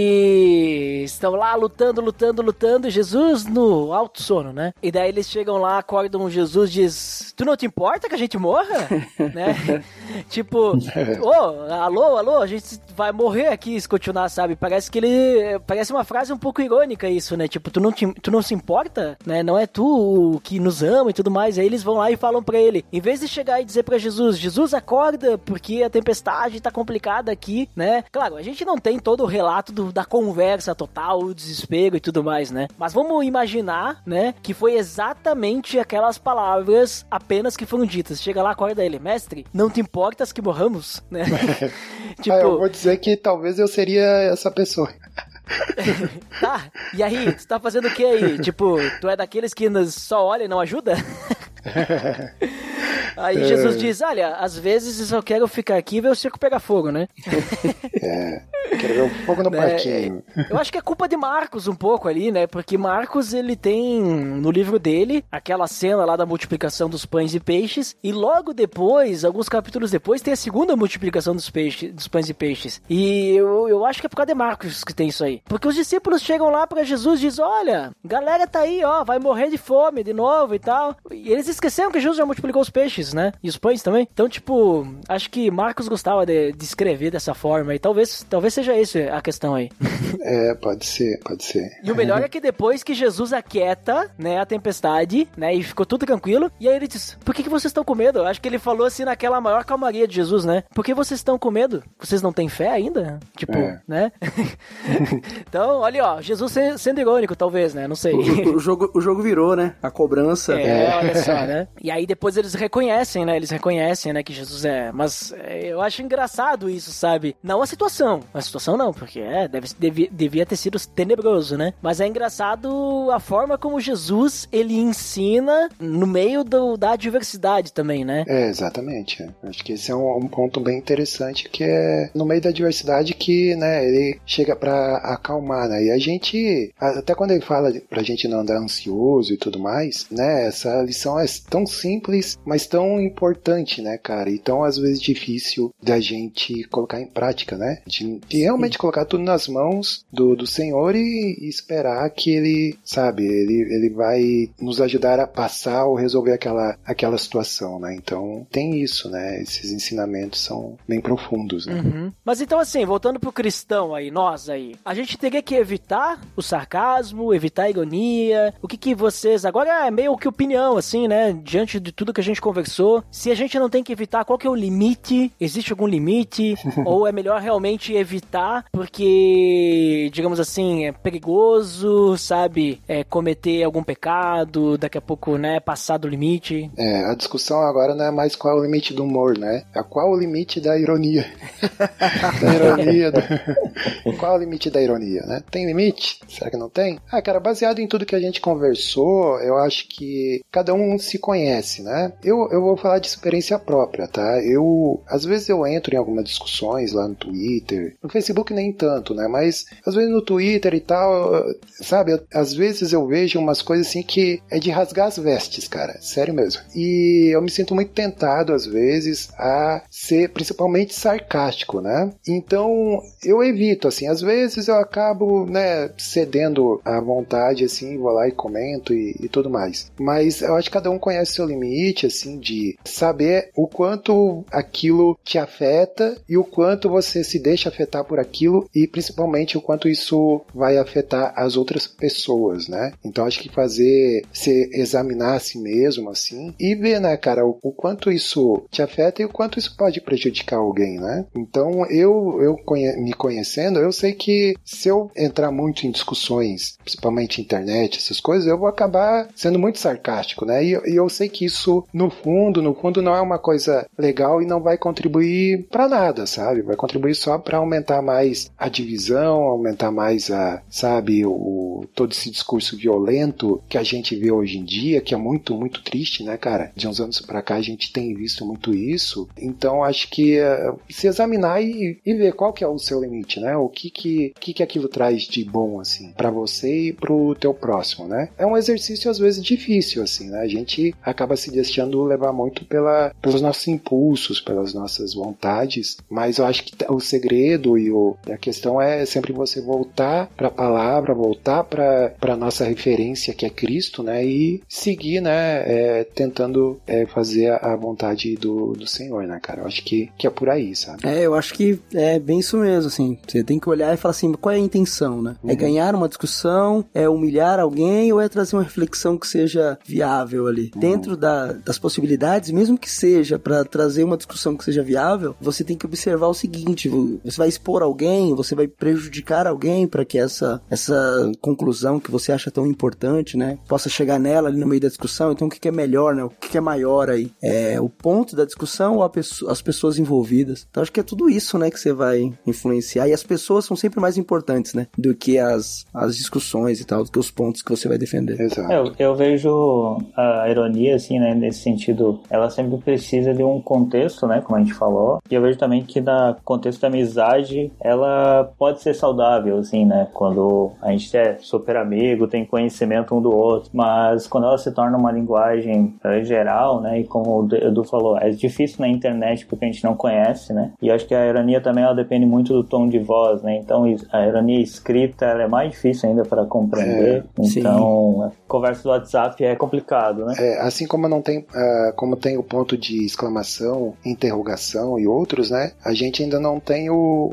aí estão lá lutando, lutando, lutando, Jesus no alto sono, né? E daí eles chegam lá, acordam Jesus, diz, tu não te importa que a gente morra? Né? Tipo, ô, oh, alô, alô, a gente vai morrer aqui se continuar, sabe? Parece que ele, parece uma frase um pouco irônica isso, né? Tipo, tu não, te, tu não se importa, né? Não é tu que nos ama e tudo mais. Aí eles vão lá e falam pra ele, em vez de chegar e dizer pra Jesus, Jesus, acorda, porque a tempestade tá complicada aqui, né? Claro, a gente não tem todo o relato do, da conversa total, o desespero e tudo mais, né? Mas vamos imaginar, né, que foi exatamente aquelas palavras apenas que foram ditas. Chega lá, acorda ele, mestre, não te importas que morramos, né? Tipo... Ah, eu vou dizer que talvez eu seria essa pessoa. Tá, e aí, tu tá fazendo o que aí? Tipo, tu é daqueles que só olha e não ajuda? Aí Jesus diz, olha, às vezes eu só quero ficar aqui e ver o circo pegar fogo, né? É, quero ver o fogo no né? parquinho. Eu acho que é culpa de Marcos um pouco ali, né? Porque Marcos, ele tem no livro dele aquela cena lá da multiplicação dos pães e peixes, e logo depois, alguns capítulos depois, tem a segunda multiplicação dos, peixes, dos pães e peixes. E eu, eu acho que é por causa de Marcos que tem isso aí. Porque os discípulos chegam lá pra Jesus e dizem, olha, galera tá aí, ó, vai morrer de fome de novo e tal. E eles esqueceram que Jesus já multiplicou os peixes, né? E os pães também. Então, tipo, acho que Marcos gostava de, de escrever dessa forma. E talvez, talvez talvez seja isso a questão aí. É, pode ser, pode ser. E o melhor é que depois que Jesus aquieta, né, a tempestade, né, e ficou tudo tranquilo, e aí ele diz, por que, que vocês estão com medo? Eu acho que ele falou assim naquela maior calmaria de Jesus, né? Por que vocês estão com medo? Vocês não têm fé ainda? Tipo, é. né? Então, olha, ó, Jesus sendo irônico, talvez, né? Não sei. O, o, jogo, o jogo virou, né? A cobrança. É, é, olha só, né? E aí depois eles reconhecem, né? Eles reconhecem, né, que Jesus é... Mas é, eu acho engraçado isso, sabe? Não a situação. A situação não, porque é, deve, devia, devia ter sido tenebroso, né? Mas é engraçado a forma como Jesus, ele ensina no meio do, da adversidade também, né? É, exatamente. Acho que esse é um, um ponto bem interessante, que é no meio da adversidade que, né, ele chega pra acalmar, né? E a gente, até quando ele fala pra gente não andar ansioso e tudo mais, né, essa lição é tão simples, mas tão importante, né, cara? E tão, às vezes, difícil da gente colocar em prática, né? De, de realmente colocar tudo nas mãos do, do Senhor e, e esperar que ele, sabe, ele, ele vai nos ajudar a passar ou resolver aquela, aquela situação, né? Então, tem isso, né? Esses ensinamentos são bem profundos, né? Uhum. Mas então, assim, voltando pro cristão aí, nós aí, a gente teria que evitar o sarcasmo, evitar a ironia, o que que vocês, agora é meio que opinião, assim, né, diante de tudo que a gente conversou, se a gente não tem que evitar, qual que é o limite? Existe algum limite? Ou é melhor realmente evitar, porque, digamos assim, é perigoso, sabe, é, cometer algum pecado, daqui a pouco, né, passar do limite? É, a discussão agora não é mais qual é o limite do humor, né? É qual o limite da ironia. da ironia. Do... Qual é o limite da ironia, né? Tem limite? Será que não tem? Ah, cara, baseado em tudo que a gente conversou, eu acho que cada um se conhece, né? Eu, eu vou falar de experiência própria, tá? Eu, às vezes eu entro em algumas discussões lá no Twitter, no Facebook nem tanto, né? Mas às vezes no Twitter e tal, sabe? Eu, às vezes eu vejo umas coisas assim que é de rasgar as vestes, cara. Sério mesmo. E eu me sinto muito tentado, às vezes, a ser principalmente sarcástico, né? Então, eu evito, assim, às vezes eu acabo, né, cedendo à vontade, assim, vou lá e comento e, e tudo mais. Mas eu acho que cada um conhece seu limite, assim, de saber o quanto aquilo te afeta e o quanto você se deixa afetar por aquilo e principalmente o quanto isso vai afetar as outras pessoas, né? Então acho que fazer, se examinar a si mesmo, assim, e ver, né, cara, o, o quanto isso te afeta e o quanto isso pode prejudicar alguém, né? Então eu, eu conhe- me conhecendo, eu sei que se eu entrar muito em discussões, principalmente internet, essas coisas, eu vou acabar sendo muito sarcástico, né? E, e eu sei que isso, no fundo, no fundo não é uma coisa legal e não vai contribuir pra nada, sabe? Vai contribuir só pra aumentar mais a divisão, aumentar mais a, sabe, o, todo esse discurso violento que a gente vê hoje em dia, que é muito, muito triste, né, cara? De uns anos pra cá a gente tem visto muito isso. Então acho que uh, se examinar e, e ver qual que é o seu limite, né? O que que, que, que aquilo traz de bom, assim, pra você e pro teu próximo, né? É um exercício às vezes difícil, assim, né? A gente acaba se deixando levar muito pela, pelos nossos impulsos, pelas nossas vontades, mas eu acho que o segredo e o, a questão é sempre você voltar pra palavra, voltar pra, pra nossa referência que é Cristo, né? E seguir, né? É, tentando é, fazer a vontade do, do Senhor, né, cara? Eu acho que, que é por aí, sabe? É, eu acho que é bem isso mesmo, assim. Você tem que olhar e falar assim, qual é a intenção, né? Uhum. É ganhar uma discussão, é humilhar alguém ou é trazer uma reflexão que seja viável ali? Uhum. Dentro da, das possibilidades, mesmo que seja para trazer uma discussão que seja viável, você tem que observar o seguinte, você vai expor alguém, você vai prejudicar alguém para que essa, essa conclusão que você acha tão importante, né, possa chegar nela ali no meio da discussão. Então o que, que é melhor, né? O que, que é maior aí? É o ponto da discussão ou a pessoa, as pessoas envolvidas? Então acho que é tudo isso, né, que você vai influenciar, e as pessoas são sempre mais importantes, né, do que as, as discussões e tal, do que os pontos que você vai defender. Exato. Eu, eu vejo a ironia, assim, né, nesse sentido, ela sempre precisa de um contexto, né, como a gente falou, e eu vejo também que no contexto da amizade, ela pode ser saudável, assim, né, quando a gente é super amigo, tem conhecimento um do outro, mas quando ela se torna uma linguagem uh, geral, né, e como o Edu falou, é difícil na internet porque a gente não conhece, né, e eu acho que a ironia também, ela depende muito do tom de voz, né, então a ironia escrita, ela é mais difícil ainda para compreender, é, então, a conversa do WhatsApp é complicado, né. É, assim como não tem, uh, como tem o ponto de exclamação, interrogação e outros, né, a gente ainda não tem o,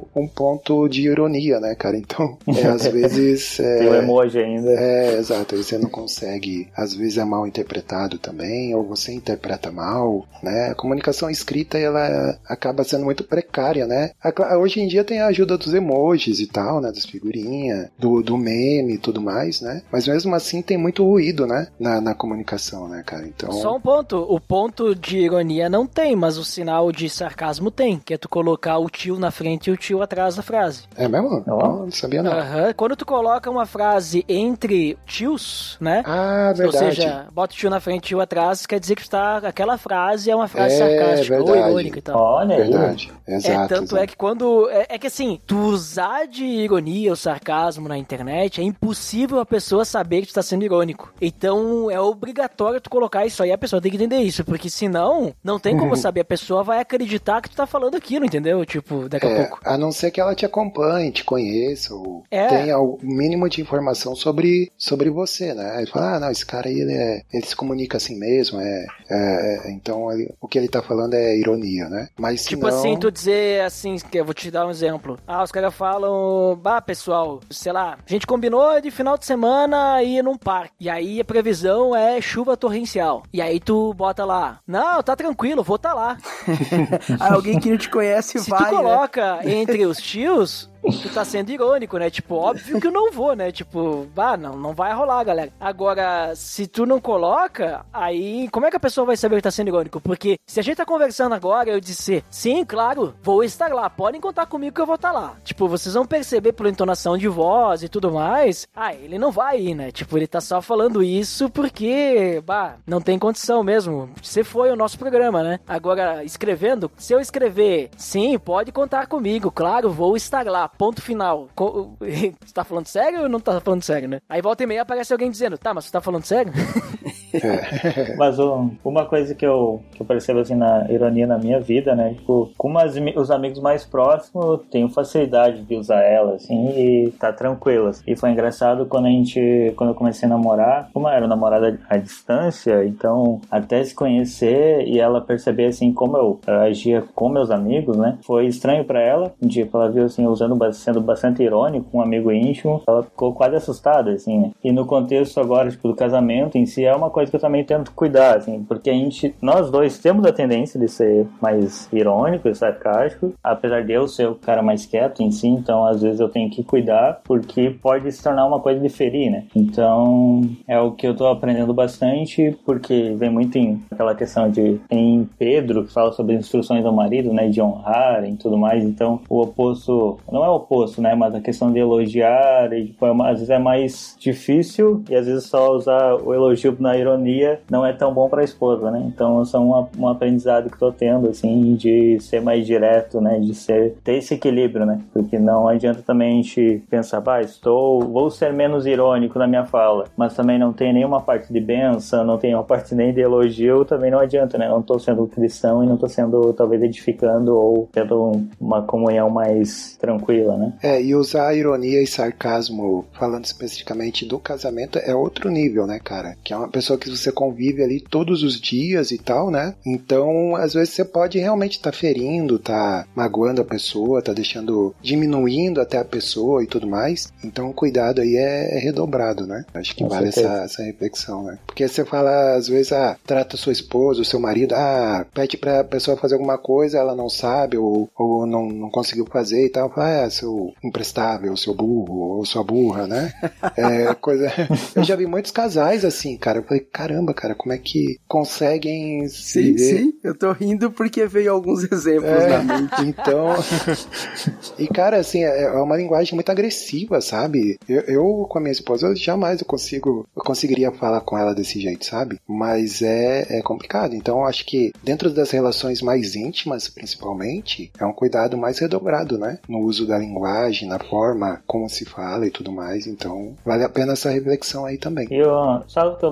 um ponto de ironia, né, cara? Então, é, às vezes... É, tem o emoji ainda. É, exato. Aí você não consegue... Às vezes é mal interpretado também, ou você interpreta mal, né? A comunicação escrita, ela acaba sendo muito precária, né? A, hoje em dia tem a ajuda dos emojis e tal, né? Das figurinhas, do, do meme e tudo mais, né? Mas mesmo assim tem muito ruído, né? Na, na comunicação, né, cara? Então... Só um ponto. O ponto de ironia não tem, mas o sinal de sarcasmo tem, que é tu colocar o tio na frente e o tio atrás da frase. É mesmo? Não, não, não sabia não. Uhum. Quando tu coloca uma frase entre tios, né? Ah, verdade. Ou seja, bota o tio na frente e o tio atrás, quer dizer que tu tá, aquela frase é uma frase é, sarcástica verdade. ou irônica e tal. Olha aí. Verdade. Exato. É, tanto exato. é que quando... É, é que assim, tu usar de ironia ou sarcasmo na internet, é impossível a pessoa saber que tu tá sendo irônico. Então, é obrigatório tu colocar isso aí, a pessoa tem que entender isso, porque senão, não tem como saber, a pessoa vai acreditar que tu tá falando aquilo, entendeu? Tipo, daqui é, a pouco. A não ser que ela te acompanhe, te conheça, ou é. tenha o mínimo de informação sobre, sobre você, né? Aí fala, ah, não, esse cara aí, ele, é, ele se comunica assim mesmo, é, é então ele, o que ele tá falando é ironia, né? Mas Tipo senão... assim, tu dizer assim, que eu vou te dar um exemplo. Ah, os caras falam, bah, pessoal, sei lá, a gente combinou de final de semana ir num parque. E aí a previsão é chuva torrencial. E aí tu bota lá, não, tá tranquilo, vou tá lá. Aí alguém que não te conhece Se vai, tu coloca né? entre os tios... Tu tá sendo irônico, né? Tipo, óbvio que eu não vou, né? Tipo, ah, não, não vai rolar, galera. Agora, se tu não coloca, aí como é que a pessoa vai saber que tá sendo irônico? Porque se a gente tá conversando agora, eu disser, sim, claro, vou estar lá, podem contar comigo que eu vou estar lá. Tipo, vocês vão perceber pela entonação de voz e tudo mais, ah, ele não vai ir, né? Tipo, ele tá só falando isso porque, bah, não tem condição mesmo. Você foi o nosso programa, né? Agora, escrevendo, se eu escrever, sim, pode contar comigo, claro, vou estar lá. Ponto final. Você tá falando sério ou não tá falando sério, né? Aí volta e meia aparece alguém dizendo, tá, mas você tá falando sério? É. Mas um, uma coisa que eu, que eu percebo assim na ironia na minha vida, né? Tipo, com as, os amigos mais próximos, eu tenho facilidade de usar ela, assim, e tá tranquilas. E foi engraçado quando a gente, quando eu comecei a namorar, como eu era namorada à distância, então até se conhecer e ela perceber assim como eu, eu agia com meus amigos, né? Foi estranho pra ela. Um dia que ela viu assim, usando sendo bastante irônico, um amigo íntimo, ela ficou quase assustada, assim, né? E no contexto agora, tipo, do casamento em si, é uma coisa que eu também tento cuidar, assim, porque a gente, nós dois temos a tendência de ser mais irônico e sarcástico, apesar de eu ser o cara mais quieto em si, então às vezes eu tenho que cuidar, porque pode se tornar uma coisa de ferir, né? Então, é o que eu tô aprendendo bastante, porque vem muito em aquela questão de, em Pedro, que fala sobre instruções ao marido, né, de honrar e tudo mais, então o oposto, não é o oposto, né? Mas a questão de elogiar, e, tipo, é uma, às vezes é mais difícil e às vezes só usar o elogio na ironia não é tão bom para a esposa, né? Então, isso é um, um aprendizado que tô tendo, assim, de ser mais direto, né? De ser, ter esse equilíbrio, né? Porque não adianta também a gente pensar, bah, estou, vou ser menos irônico na minha fala, mas também não tem nenhuma parte de bênção, não tem uma parte nem de elogio, também não adianta, né? Não tô sendo cristão e não tô sendo, talvez, edificando ou tendo uma comunhão mais tranquila. Né? É, e usar ironia e sarcasmo, falando especificamente do casamento, é outro nível, né, cara? Que é uma pessoa que você convive ali todos os dias e tal, né? Então, às vezes você pode realmente estar tá ferindo, tá magoando a pessoa, tá deixando, diminuindo até a pessoa e tudo mais. Então, o cuidado aí é, é redobrado, né? Acho que Com vale essa, essa reflexão, né? Porque você fala, às vezes, ah, trata sua esposa, o seu marido, ah, pede pra pessoa fazer alguma coisa, ela não sabe ou, ou não, não conseguiu fazer e tal, fala, ah, seu imprestável, seu burro, ou sua burra, né? É, coisa... Eu já vi muitos casais assim, cara. Eu falei, caramba, cara, como é que conseguem se Sim, ver? sim, eu tô rindo porque veio alguns exemplos é, na mente. Então... E, cara, assim, é uma linguagem muito agressiva, sabe? Eu, eu com a minha esposa, eu jamais eu consigo, eu conseguiria falar com ela desse jeito, sabe? Mas é, é complicado. Então, eu acho que dentro das relações mais íntimas, principalmente, é um cuidado mais redobrado, né? No uso da linguagem, na forma como se fala e tudo mais, então vale a pena essa reflexão aí também. E eu, sabe uma coisa que eu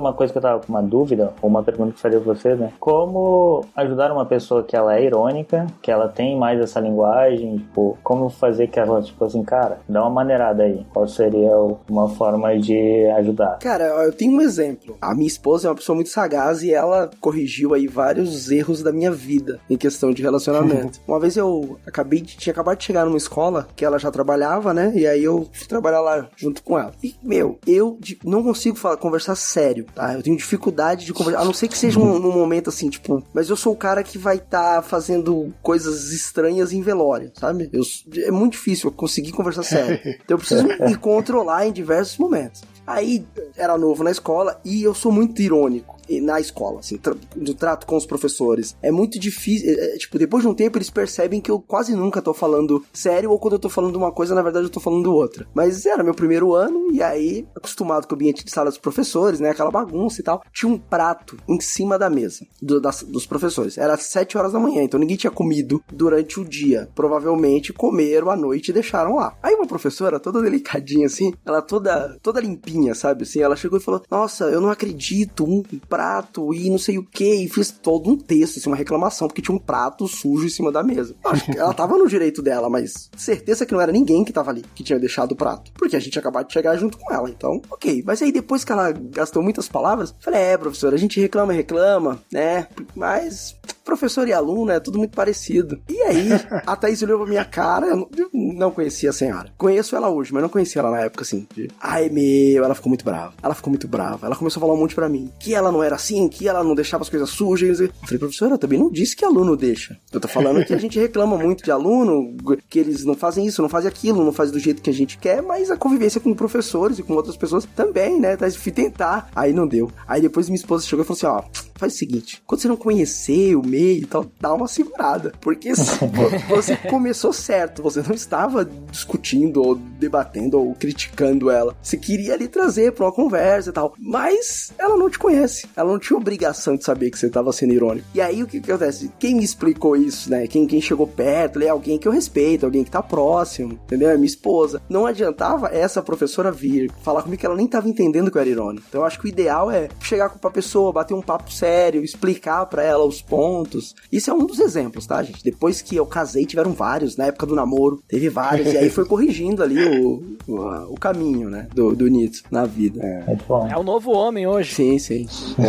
tava com uma dúvida, ou uma pergunta que faria pra você, né? Como ajudar uma pessoa que ela é irônica, que ela tem mais essa linguagem, tipo, como fazer que ela, tipo assim, cara, dá uma maneirada aí. Qual seria uma forma de ajudar? Cara, eu tenho um exemplo. A minha esposa é uma pessoa muito sagaz e ela corrigiu aí vários erros da minha vida em questão de relacionamento. Uma vez eu acabei de, tinha acabado de chegar numa escola que ela já trabalhava, né? E aí eu fui trabalhar lá junto com ela. E, meu, eu de, não consigo falar, conversar sério, tá? Eu tenho dificuldade de conversar, a não ser que seja um, num momento assim, tipo, mas eu sou o cara que vai estar tá fazendo coisas estranhas em velório, sabe? Eu, é muito difícil eu conseguir conversar sério. Então eu preciso me controlar em diversos momentos. Aí, era novo na escola e eu sou muito irônico na escola, assim, tra- no trato com os professores. É muito difícil, é, é, tipo, depois de um tempo eles percebem que eu quase nunca tô falando sério, ou quando eu tô falando uma coisa, na verdade eu tô falando outra. Mas era meu primeiro ano, e aí, acostumado com o ambiente de sala dos professores, né, aquela bagunça e tal, tinha um prato em cima da mesa do, das, dos professores. Era sete horas da manhã, então ninguém tinha comido durante o dia. Provavelmente comeram à noite e deixaram lá. Aí uma professora, toda delicadinha assim, ela toda, toda limpinha, sabe, assim, ela chegou e falou, nossa, eu não acredito, um prato e não sei o que, e fiz todo um texto, assim, uma reclamação, porque tinha um prato sujo em cima da mesa. Acho que ela tava no direito dela, mas certeza que não era ninguém que tava ali, que tinha deixado o prato, porque a gente tinha acabado de chegar junto com ela, então, ok. Mas aí depois que ela gastou muitas palavras, falei, é, professora, a gente reclama, reclama, né, mas professor e aluno é tudo muito parecido. E aí, a Thaís olhou pra minha cara, eu não conhecia a senhora. Conheço ela hoje, mas não conhecia ela na época, assim, de, ai meu, ela ficou muito brava, ela ficou muito brava, ela começou a falar um monte pra mim, que ela não era assim, que ela não deixava as coisas sujas. Eu falei, professora, eu também não disse que aluno deixa. Eu tô falando que a gente reclama muito de aluno, que eles não fazem isso, não fazem aquilo, não fazem do jeito que a gente quer, mas a convivência com professores e com outras pessoas também, né? Tá, fui tentar. Aí não deu. Aí depois minha esposa chegou e falou assim, ó, faz o seguinte, quando você não conhecer o meio e tal, dá uma segurada. Porque você começou certo, você não estava discutindo ou debatendo ou criticando ela. Você queria ali trazer pra uma conversa e tal. Mas ela não te conhece. Ela não tinha obrigação de saber que você estava sendo irônico. E aí o que, que acontece? Quem me explicou isso, né? Quem, quem chegou perto, é alguém que eu respeito, alguém que tá próximo, entendeu? É minha esposa. Não adiantava essa professora vir falar comigo que ela nem estava entendendo que eu era irônico. Então eu acho que o ideal é chegar com a pessoa, bater um papo sério, explicar pra ela os pontos. Isso é um dos exemplos, tá, gente? Depois que eu casei, tiveram vários. Na época do namoro, teve vários. E aí foi corrigindo ali o, o, o caminho, né? Do, do Nito na vida. É, é o novo homem hoje. Sim, sim.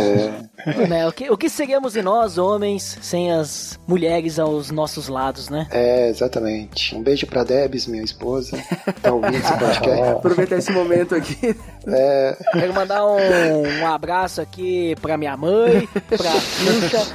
É. Né, o, que, o que seríamos de nós, homens, sem as mulheres aos nossos lados, né? É, exatamente. Um beijo pra Debs, minha esposa. Tá ouvindo esse podcast? Aproveitar esse momento aqui. É. Quero mandar um, um abraço aqui pra minha mãe, pra Xuxa.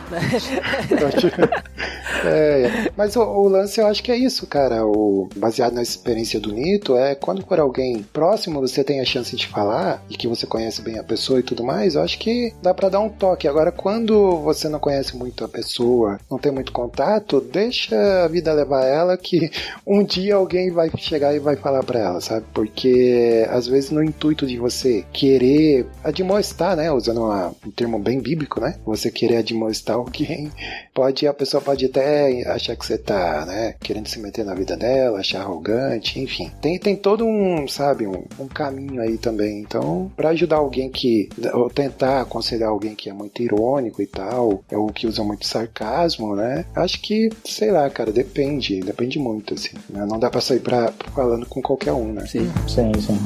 Né? É, mas o, o lance eu acho que é isso, cara. O, baseado na experiência do Nito, é quando for alguém próximo, você tem a chance de falar e que você conhece bem a pessoa e tudo mais, eu acho que dá pra dar um toque. Agora, quando você não conhece muito a pessoa, não tem muito contato, deixa a vida levar ela, que um dia alguém vai chegar e vai falar pra ela, sabe? Porque às vezes no intuito de você querer admoestar, né? Usando uma, um termo bem bíblico, né? Você querer admoestar alguém, pode, a pessoa pode até achar que você tá, né? Querendo se meter na vida dela, achar arrogante, enfim. Tem, tem todo um, sabe, um, um caminho aí também. Então, pra ajudar alguém que, ou tentar aconselhar alguém que é muito irônico e tal, é o que usa muito sarcasmo, né? Acho que, sei lá, cara, depende, depende muito, assim, né? Não dá pra sair pra, falando com qualquer um, né? Sim, sim, sim.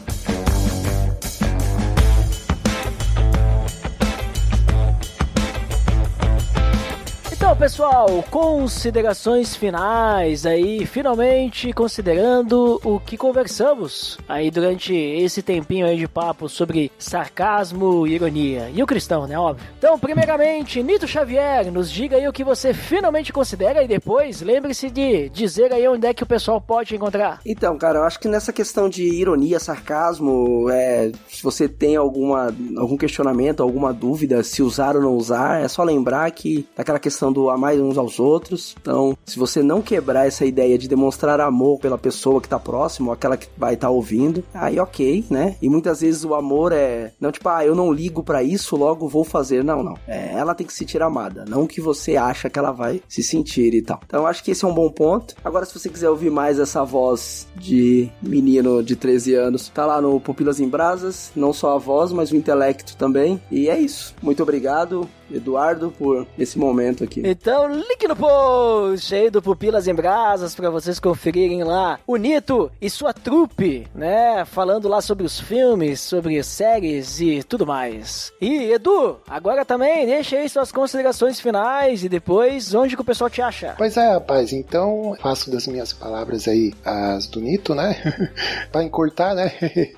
Então, pessoal, considerações finais aí, finalmente considerando o que conversamos aí durante esse tempinho aí de papo sobre sarcasmo e ironia. E o cristão, né, óbvio. Então, primeiramente, Nito Xavier, nos diga aí o que você finalmente considera e depois lembre-se de dizer aí onde é que o pessoal pode encontrar. Então, cara, eu acho que nessa questão de ironia, sarcasmo, é, se você tem alguma, algum questionamento, alguma dúvida, se usar ou não usar, é só lembrar que daquela questão quando amar uns aos outros. Então, se você não quebrar essa ideia de demonstrar amor pela pessoa que tá próximo, aquela que vai estar tá ouvindo, aí ok, né? E muitas vezes o amor é, não tipo, ah, eu não ligo pra isso, logo vou fazer. Não, não. É, ela tem que se sentir amada, não que você acha que ela vai se sentir e tal. Então, eu acho que esse é um bom ponto. Agora, se você quiser ouvir mais essa voz de menino de treze anos, tá lá no Pupilas em Brasas, não só a voz, mas o intelecto também. E é isso. Muito obrigado, Eduardo, por esse momento aqui. Então, link no post aí do Pupilas em Brasas pra vocês conferirem lá o Nito e sua trupe, né? Falando lá sobre os filmes, sobre séries e tudo mais. E, Edu, agora também deixa aí suas considerações finais e depois onde que o pessoal te acha. Pois é, rapaz, então faço das minhas palavras aí as do Nito, né? Pra encurtar, né?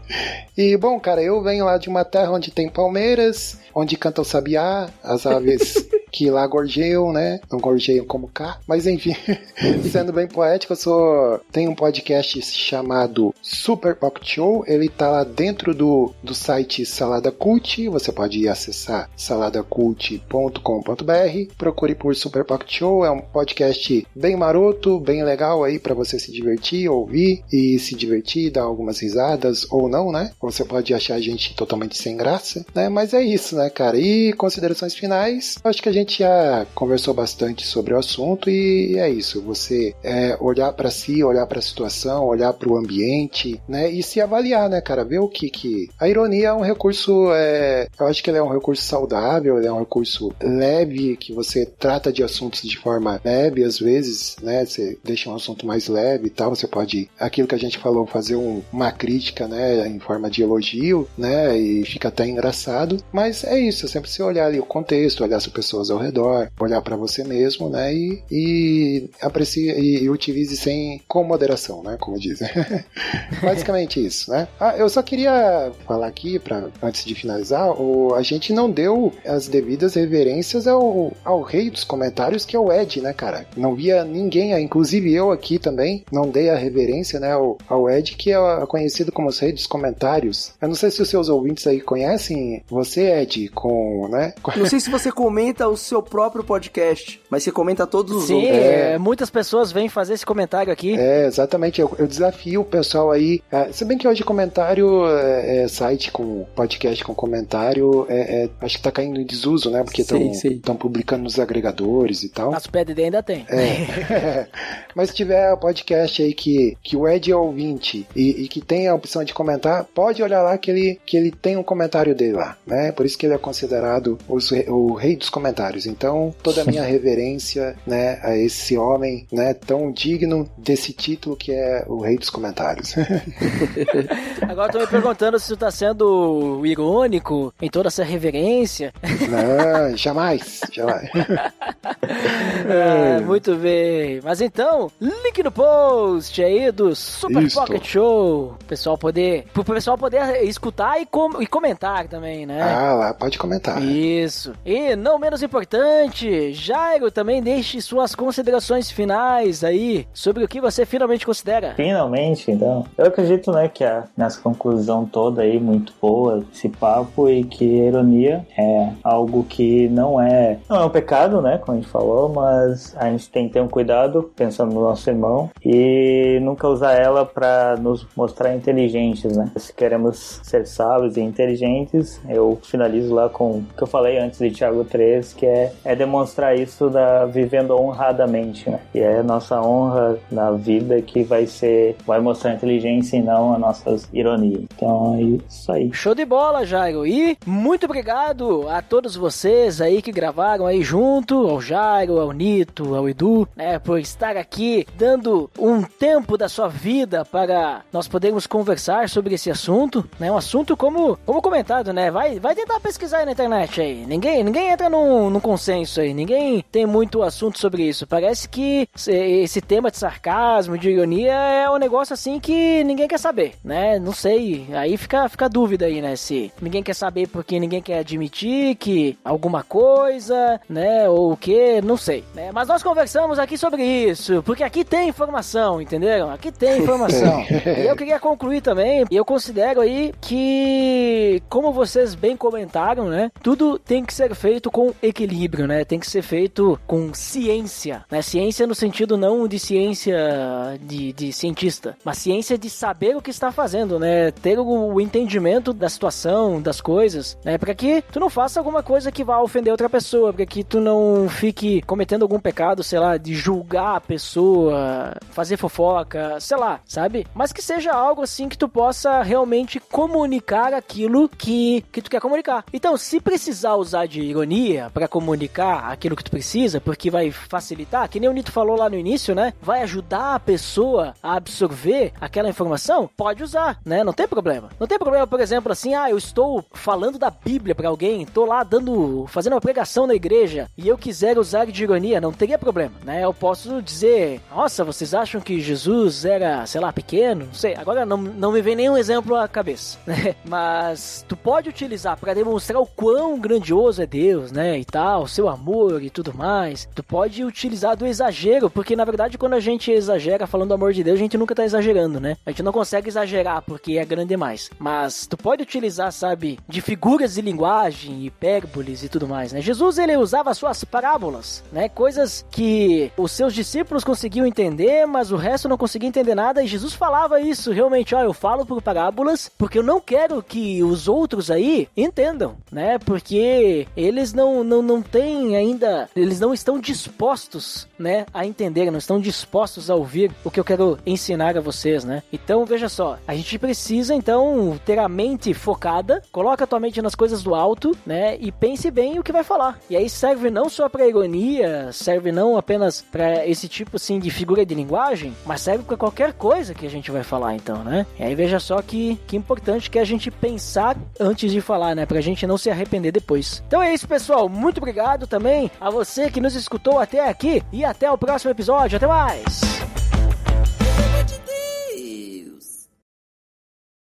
E, bom, cara, eu venho lá de uma terra onde tem palmeiras, onde canta o sabiá, as aves que lá gorjeiam, né? Não gorjeiam como cá, mas enfim, sendo bem poético, eu sou... tenho um podcast chamado Super Pocket Show, ele tá lá dentro do, do site Salada Cult, você pode acessar salada cult ponto com ponto b r, procure por Super Pocket Show, é um podcast bem maroto, bem legal aí pra você se divertir, ouvir e se divertir, dar algumas risadas ou não, né? Você pode achar a gente totalmente sem graça, né? Mas é isso, né, cara? E considerações finais, acho que a gente já conversou bastante sobre o assunto e é isso, você é, olhar pra si, olhar pra situação, olhar pro ambiente, né? E se avaliar, né, cara? Ver o que que... A ironia é um recurso, é... eu acho que ele é um recurso saudável, ele é um recurso leve, que você trata de assuntos de forma leve, às vezes, né? Você deixa um assunto mais leve e tal, você pode, aquilo que a gente falou, fazer um, uma crítica, né, em forma de elogio, né? E fica até engraçado, mas é isso, é sempre você olhar ali o contexto, olhar as pessoas ao redor, olhar pra você mesmo, né? E, e aprecie e, e utilize sem com moderação, né? Como dizem. Basicamente isso, né? Ah, eu só queria falar aqui, pra, antes de finalizar, o, a gente não deu as devidas reverências ao, ao rei dos comentários, que é o Ed, né, cara? Não via ninguém, inclusive eu aqui também, não dei a reverência, né, ao, ao Ed, que é conhecido como os reis dos comentários. Eu não sei se os seus ouvintes aí conhecem você, Ed, com, né? Não sei se você comenta o seu próprio podcast, mas você comenta todos os Sim, outros. é, muitas pessoas vêm fazer esse comentário aqui. É, exatamente. Eu, eu desafio o pessoal aí. É, se bem que hoje comentário, é, é, site com podcast com comentário, é, é, acho que tá caindo em desuso, né? Porque estão publicando nos agregadores e tal. As P D D ainda tem. É. Mas se tiver podcast aí que, que o Ed é ouvinte e, e que tem a opção de comentar, pode olhar lá que ele, que ele tem um comentário dele lá, né? Por isso que ele é considerado os, o rei dos comentários. Então, toda a minha reverência, né, a esse homem, né, tão digno desse título que é o rei dos comentários. Agora tô me perguntando se tu tá sendo irônico em toda essa reverência. Não, jamais, jamais. Ah, muito bem. Mas então, link no post aí do Super Isto. Pocket Show. O pessoal poder, pro pessoal poder escutar e, com, e comentar também, né? Ah, lá, pode comentar. Isso. E não menos importante, Jairo, também deixe suas considerações finais aí sobre o que você finalmente considera. Finalmente, então. Eu acredito, né, que a nessa conclusão toda aí, muito boa, esse papo, e que a ironia é algo que não é, não é um pecado, né, como a gente falou, mas a gente tem que ter um cuidado, pensando no nosso irmão, e nunca usar ela pra nos mostrar inteligentes, né. Se queremos ser sábios e inteligentes, eu finalizo lá com o que eu falei antes de Tiago três, que é, é demonstrar isso da vivendo honradamente, né, e é a nossa honra na vida que vai ser, vai mostrar inteligência e não as nossas ironias. Então é isso aí. Show de bola, Jairo. E muito obrigado a todos vocês aí que gravaram aí junto, ao Jairo, ao Nito, ao Edu, né, por estar aqui dando um tempo da sua vida para nós podermos conversar sobre esse assunto, né, um assunto como, como comentado, né, vai, vai tentar pesquisar aí na internet aí, ninguém, ninguém entra num, num consenso aí, ninguém tem muito assunto sobre isso, parece que esse tema de sarcasmo, de ironia é um negócio assim que ninguém quer saber, né, não sei, aí fica, fica a dúvida aí, né, se ninguém quer saber porque ninguém quer admitir que alguma coisa, né, ou o que, porque não sei, né? Mas nós conversamos aqui sobre isso, porque aqui tem informação, entenderam? Aqui tem informação. E eu queria concluir também, e eu considero aí que, como vocês bem comentaram, né? Tudo tem que ser feito com equilíbrio, né? Tem que ser feito com ciência, né? Ciência no sentido não de ciência de, de cientista, mas ciência de saber o que está fazendo, né? Ter o, o entendimento da situação, das coisas, né? Para que tu não faça alguma coisa que vá ofender outra pessoa, para que tu não fique cometendo algum pecado, sei lá, de julgar a pessoa, fazer fofoca, sei lá, sabe? Mas que seja algo assim que tu possa realmente comunicar aquilo que, que tu quer comunicar. Então, se precisar usar de ironia para comunicar aquilo que tu precisa, porque vai facilitar, que nem o Nito falou lá no início, né? Vai ajudar a pessoa a absorver aquela informação, pode usar, né? Não tem problema. Não tem problema, por exemplo, assim, ah, eu estou falando da Bíblia pra alguém, tô lá dando, fazendo uma pregação na igreja e eu quiser usar de ironia, não teria problema, né? Eu posso dizer, nossa, vocês acham que Jesus era, sei lá, pequeno? Não sei, agora não, não me vem nenhum exemplo à cabeça, né? Mas tu pode utilizar pra demonstrar o quão grandioso é Deus, né? E tal, seu amor e tudo mais. Tu pode utilizar do exagero, porque na verdade quando a gente exagera falando do amor de Deus, a gente nunca tá exagerando, né? A gente não consegue exagerar porque é grande demais. Mas tu pode utilizar, sabe, de figuras de linguagem, hipérboles e tudo mais, né? Jesus, ele usava suas parábolas, né? Coisas que os seus discípulos conseguiam entender, mas o resto não conseguia entender nada, e Jesus falava isso, realmente, ó, eu falo por parábolas, porque eu não quero que os outros aí entendam, né? Porque eles não, não, não têm ainda, eles não estão dispostos, né, a entender, não estão dispostos a ouvir o que eu quero ensinar a vocês, né? Então, veja só, a gente precisa, então, ter a mente focada, coloca a tua mente nas coisas do alto, né, e pense bem o que vai falar. E aí serve não só pra ironia, serve não apenas pra esse tipo, assim, de figura de linguagem, mas serve pra qualquer coisa que a gente vai falar, então, né? E aí veja só que, que importante que é a gente pensar antes de falar, né, pra gente não se arrepender depois. Então é isso, pessoal. Muito obrigado também a você que nos escutou até aqui e até o próximo episódio. Até mais!